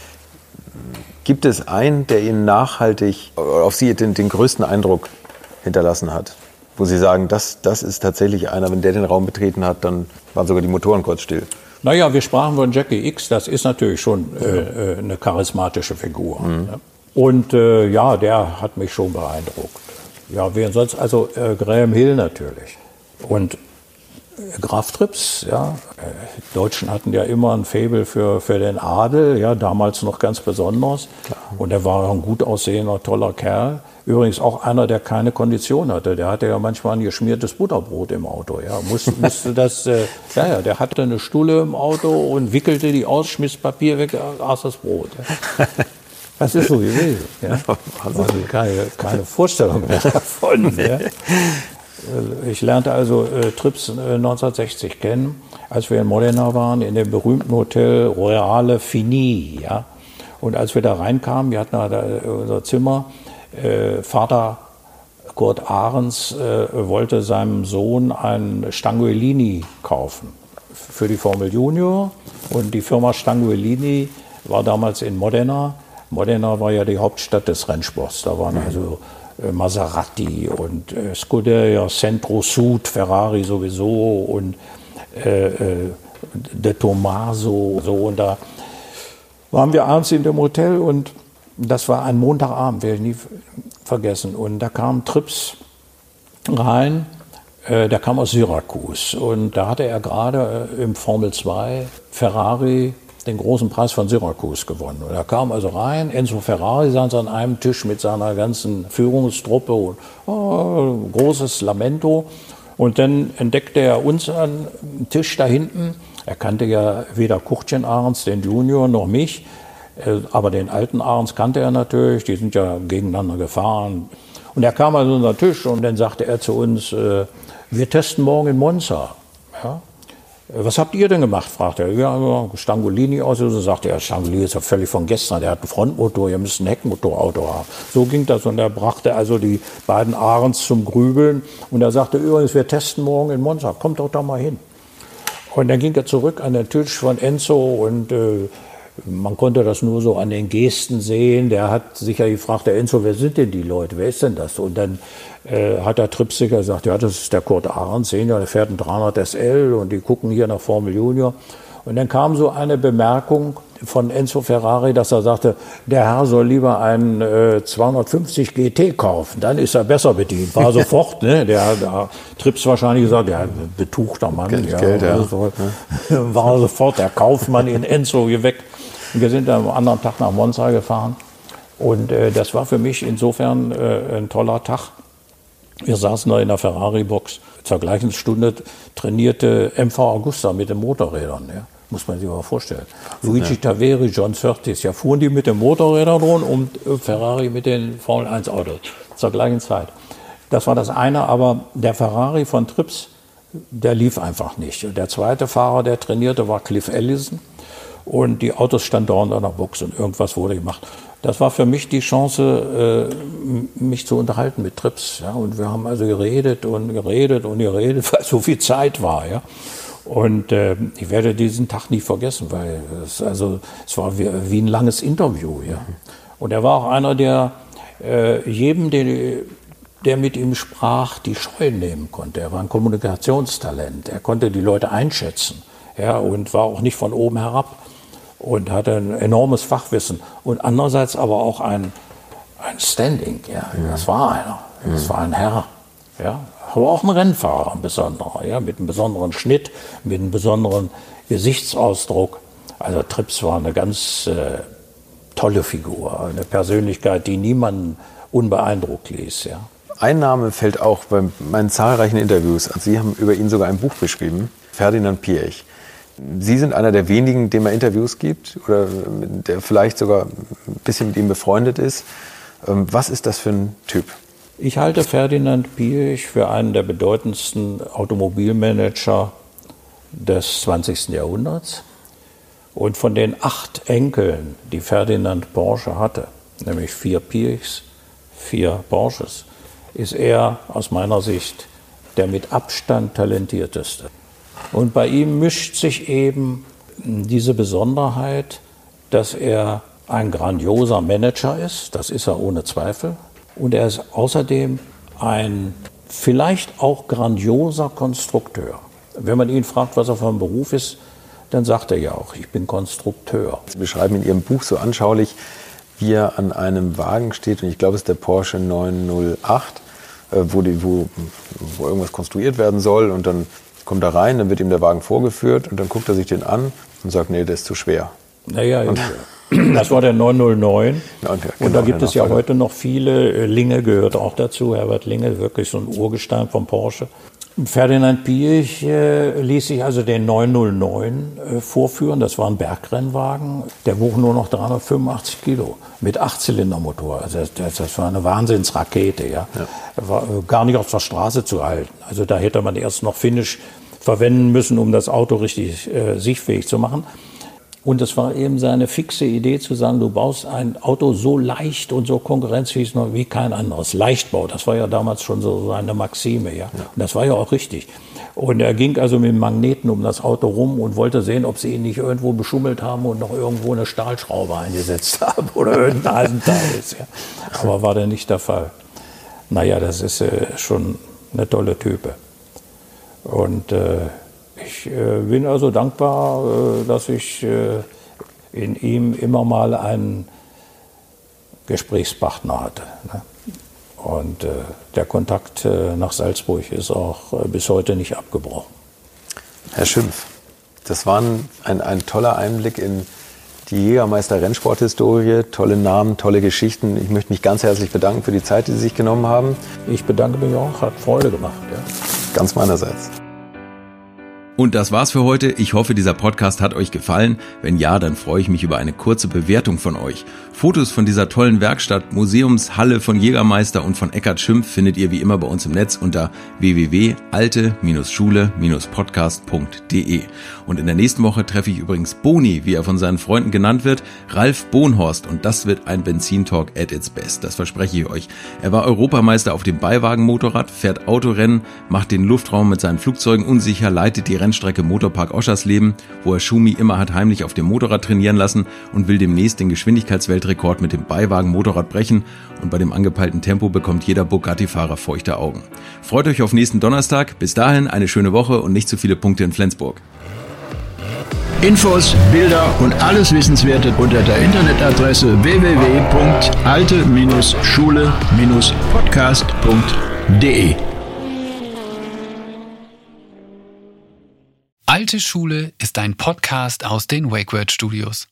Gibt es einen, der Ihnen nachhaltig auf Sie den, den größten Eindruck hinterlassen hat? Wo Sie sagen, das, das ist tatsächlich einer, wenn der den Raum betreten hat, dann waren sogar die Motoren kurz still. Naja, wir sprachen von Jackie Ickx, das ist natürlich schon äh, eine charismatische Figur. Mhm. Ne? Und äh, ja, der hat mich schon beeindruckt. Ja, wer sonst? Also äh, Graham Hill natürlich. Und äh, Graf Trips, ja. Äh, Deutschen hatten ja immer ein Faible für, für den Adel, ja, damals noch ganz besonders. Klar. Und er war ein gut aussehender, toller Kerl. Übrigens auch einer, der keine Kondition hatte. Der hatte ja manchmal ein geschmiertes Butterbrot im Auto. Ja, musste, musste das, äh, ja, ja, der hatte eine Stulle im Auto und wickelte die aus, schmiss Papier weg, aß das Brot. Ja. Das ist so gewesen. Ja. Also keine, keine Vorstellung mehr davon. Ja. Ich lernte also äh, Trips äh, neunzehnhundertsechzig kennen, als wir in Modena waren, in dem berühmten Hotel Royale Fini. Ja. Und als wir da reinkamen, wir hatten da äh, unser Zimmer, äh, Vater Kurt Ahrens äh, wollte seinem Sohn ein Stanguellini kaufen für die Formel Junior. Und die Firma Stanguellini war damals in Modena. Modena war ja die Hauptstadt des Rennsports. Da waren also äh, Maserati und äh, Scuderia Centro Sud, Ferrari sowieso und äh, äh, De Tomaso. So. Und da waren wir abends in dem Hotel und das war ein Montagabend, werde ich nie vergessen. Und da kam Trips rein, äh, der kam aus Syrakus. Und da hatte er gerade äh, im Formel zwei Ferrari den großen Preis von Syrakus gewonnen. Und er kam also rein, Enzo Ferrari saß an einem Tisch mit seiner ganzen Führungstruppe und oh, großes Lamento. Und dann entdeckte er uns an dem Tisch da hinten. Er kannte ja weder Kurtchen Ahrens, den Junior, noch mich, aber den alten Ahrens kannte er natürlich, die sind ja gegeneinander gefahren. Und er kam an unseren Tisch und dann sagte er zu uns, wir testen morgen in Monza. Ja? Was habt ihr denn gemacht, fragte er. Ja, Stanguellini aus. So sagte er, Stanguellini ist ja völlig von gestern. Der hat einen Frontmotor, ihr müsst ein Heckmotorauto haben. So ging das und er brachte also die beiden Ahrens zum Grübeln. Und er sagte, übrigens, wir testen morgen in Monza, kommt doch da mal hin. Und dann ging er zurück an den Tisch von Enzo und äh, Man konnte das nur so an den Gesten sehen. Der hat sicher gefragt, der Enzo, wer sind denn die Leute? Wer ist denn das? Und dann äh, hat der Trips sicher gesagt, ja, das ist der Kurt Ahrens, sehen ja, der fährt einen dreihundert S L und die gucken hier nach Formel Junior. Und dann kam so eine Bemerkung von Enzo Ferrari, dass er sagte, der Herr soll lieber einen äh, zweihundertfünfzig G T kaufen, dann ist er besser bedient. War sofort, ne? Der, der Trips wahrscheinlich gesagt, ja, betuchter Mann. Geld, ja, Geld, ja. Also, war sofort der Kaufmann in Enzo hier weg. Wir sind am anderen Tag nach Monza gefahren und äh, das war für mich insofern äh, ein toller Tag. Wir saßen da in der Ferrari-Box. Zur gleichen Stunde trainierte M V Agusta mit den Motorrädern. Ja. Muss man sich mal vorstellen. Luigi ja. Taveri, John Surtees, ja, fuhren die mit den Motorrädern rum und Ferrari mit den Formel eins Autos zur gleichen Zeit. Das war das eine, aber der Ferrari von Trips, der lief einfach nicht. Und der zweite Fahrer, der trainierte, war Cliff Ellison. Und die Autos standen dauernd an der Box und irgendwas wurde gemacht. Das war für mich die Chance, mich zu unterhalten mit Trips. Ja. Und wir haben also geredet und geredet und geredet, weil so viel Zeit war. Ja. Und äh, ich werde diesen Tag nie vergessen, weil es, also, es war wie, wie ein langes Interview. Ja. Und er war auch einer, der äh, jedem, der, der mit ihm sprach, die Scheu nehmen konnte. Er war ein Kommunikationstalent. Er konnte die Leute einschätzen, ja, und war auch nicht von oben herab. Und hatte ein enormes Fachwissen und andererseits aber auch ein, ein Standing. Ja. Das war einer, das war ein Herr. Ja. Aber auch ein Rennfahrer, ein besonderer, ja, mit einem besonderen Schnitt, mit einem besonderen Gesichtsausdruck. Also Trips war eine ganz äh, tolle Figur, eine Persönlichkeit, die niemanden unbeeindruckt ließ. Ja. Ein Name fällt auch bei meinen zahlreichen Interviews. Also Sie haben über ihn sogar ein Buch geschrieben, Ferdinand Piëch. Sie sind einer der wenigen, dem er Interviews gibt oder der vielleicht sogar ein bisschen mit ihm befreundet ist. Was ist das für ein Typ? Ich halte Ferdinand Piëch für einen der bedeutendsten Automobilmanager des zwanzigsten Jahrhunderts. Und von den acht Enkeln, die Ferdinand Porsche hatte, nämlich vier Piëchs, vier Porsches, ist er aus meiner Sicht der mit Abstand talentierteste. Und bei ihm mischt sich eben diese Besonderheit, dass er ein grandioser Manager ist, das ist er ohne Zweifel. Und er ist außerdem ein vielleicht auch grandioser Konstrukteur. Wenn man ihn fragt, was er für ein Beruf ist, dann sagt er ja auch, ich bin Konstrukteur. Sie beschreiben in Ihrem Buch so anschaulich, wie er an einem Wagen steht, und ich glaube, es ist der Porsche neunhundertacht, wo, die, wo, wo irgendwas konstruiert werden soll, und dann kommt er rein, dann wird ihm der Wagen vorgeführt und dann guckt er sich den an und sagt, nee, der ist zu schwer. Naja, und das war der neunhundertneun. Ja, und, ja, genau, und da gibt es ja heute noch viele. Linge gehört auch dazu, Herbert Linge, wirklich so ein Urgestein von Porsche. Ferdinand Piëch äh, ließ sich also den neunhundertneun äh, vorführen. Das war ein Bergrennwagen. Der wog nur noch dreihundertfünfundachtzig Kilo mit Achtzylindermotor. Also das, das war eine Wahnsinnsrakete. Ja. Ja. War äh, gar nicht auf der Straße zu halten. Also da hätte man erst noch Finish verwenden müssen, um das Auto richtig äh, sichtfähig zu machen. Und es war eben seine fixe Idee zu sagen, du baust ein Auto so leicht und so konkurrenzfähig wie kein anderes. Leichtbau, das war ja damals schon so seine Maxime. Ja. Ja. Und das war ja auch richtig. Und er ging also mit Magneten um das Auto rum und wollte sehen, ob sie ihn nicht irgendwo beschummelt haben und noch irgendwo eine Stahlschraube eingesetzt haben oder irgendein Eisenteil ist. Ja. Aber war dann nicht der Fall. Naja, das ist äh, schon eine tolle Type. Und äh, ich äh, bin also dankbar, äh, dass ich äh, in ihm immer mal einen Gesprächspartner hatte. Ne? Und äh, der Kontakt äh, nach Salzburg ist auch äh, bis heute nicht abgebrochen. Herr Schimpf, das war ein, ein toller Einblick in die Jägermeister-Rennsport-Historie. Tolle Namen, tolle Geschichten. Ich möchte mich ganz herzlich bedanken für die Zeit, die Sie sich genommen haben. Ich bedanke mich auch, hat Freude gemacht. Ja. Ganz meinerseits. Und das war's für heute. Ich hoffe, dieser Podcast hat euch gefallen. Wenn ja, dann freue ich mich über eine kurze Bewertung von euch. Fotos von dieser tollen Werkstatt, Museumshalle von Jägermeister und von Eckhard Schimpf findet ihr wie immer bei uns im Netz unter w w w punkt alte Schule Podcast punkt d e. Und in der nächsten Woche treffe ich übrigens Boni, wie er von seinen Freunden genannt wird, Ralf Bohnhorst. Und das wird ein Benzintalk at its best. Das verspreche ich euch. Er war Europameister auf dem Beiwagenmotorrad, fährt Autorennen, macht den Luftraum mit seinen Flugzeugen unsicher, leitet die Rennen Rennstrecke Motorpark Oschersleben, wo er Schumi immer hat heimlich auf dem Motorrad trainieren lassen und will demnächst den Geschwindigkeitsweltrekord mit dem Beiwagen-Motorrad brechen. Und bei dem angepeilten Tempo bekommt jeder Bugatti-Fahrer feuchte Augen. Freut euch auf nächsten Donnerstag. Bis dahin eine schöne Woche und nicht zu viele Punkte in Flensburg. Infos, Bilder und alles Wissenswerte unter der Internetadresse w w w punkt alte Schule Podcast punkt de. Alte Schule ist ein Podcast aus den WakeWord Studios.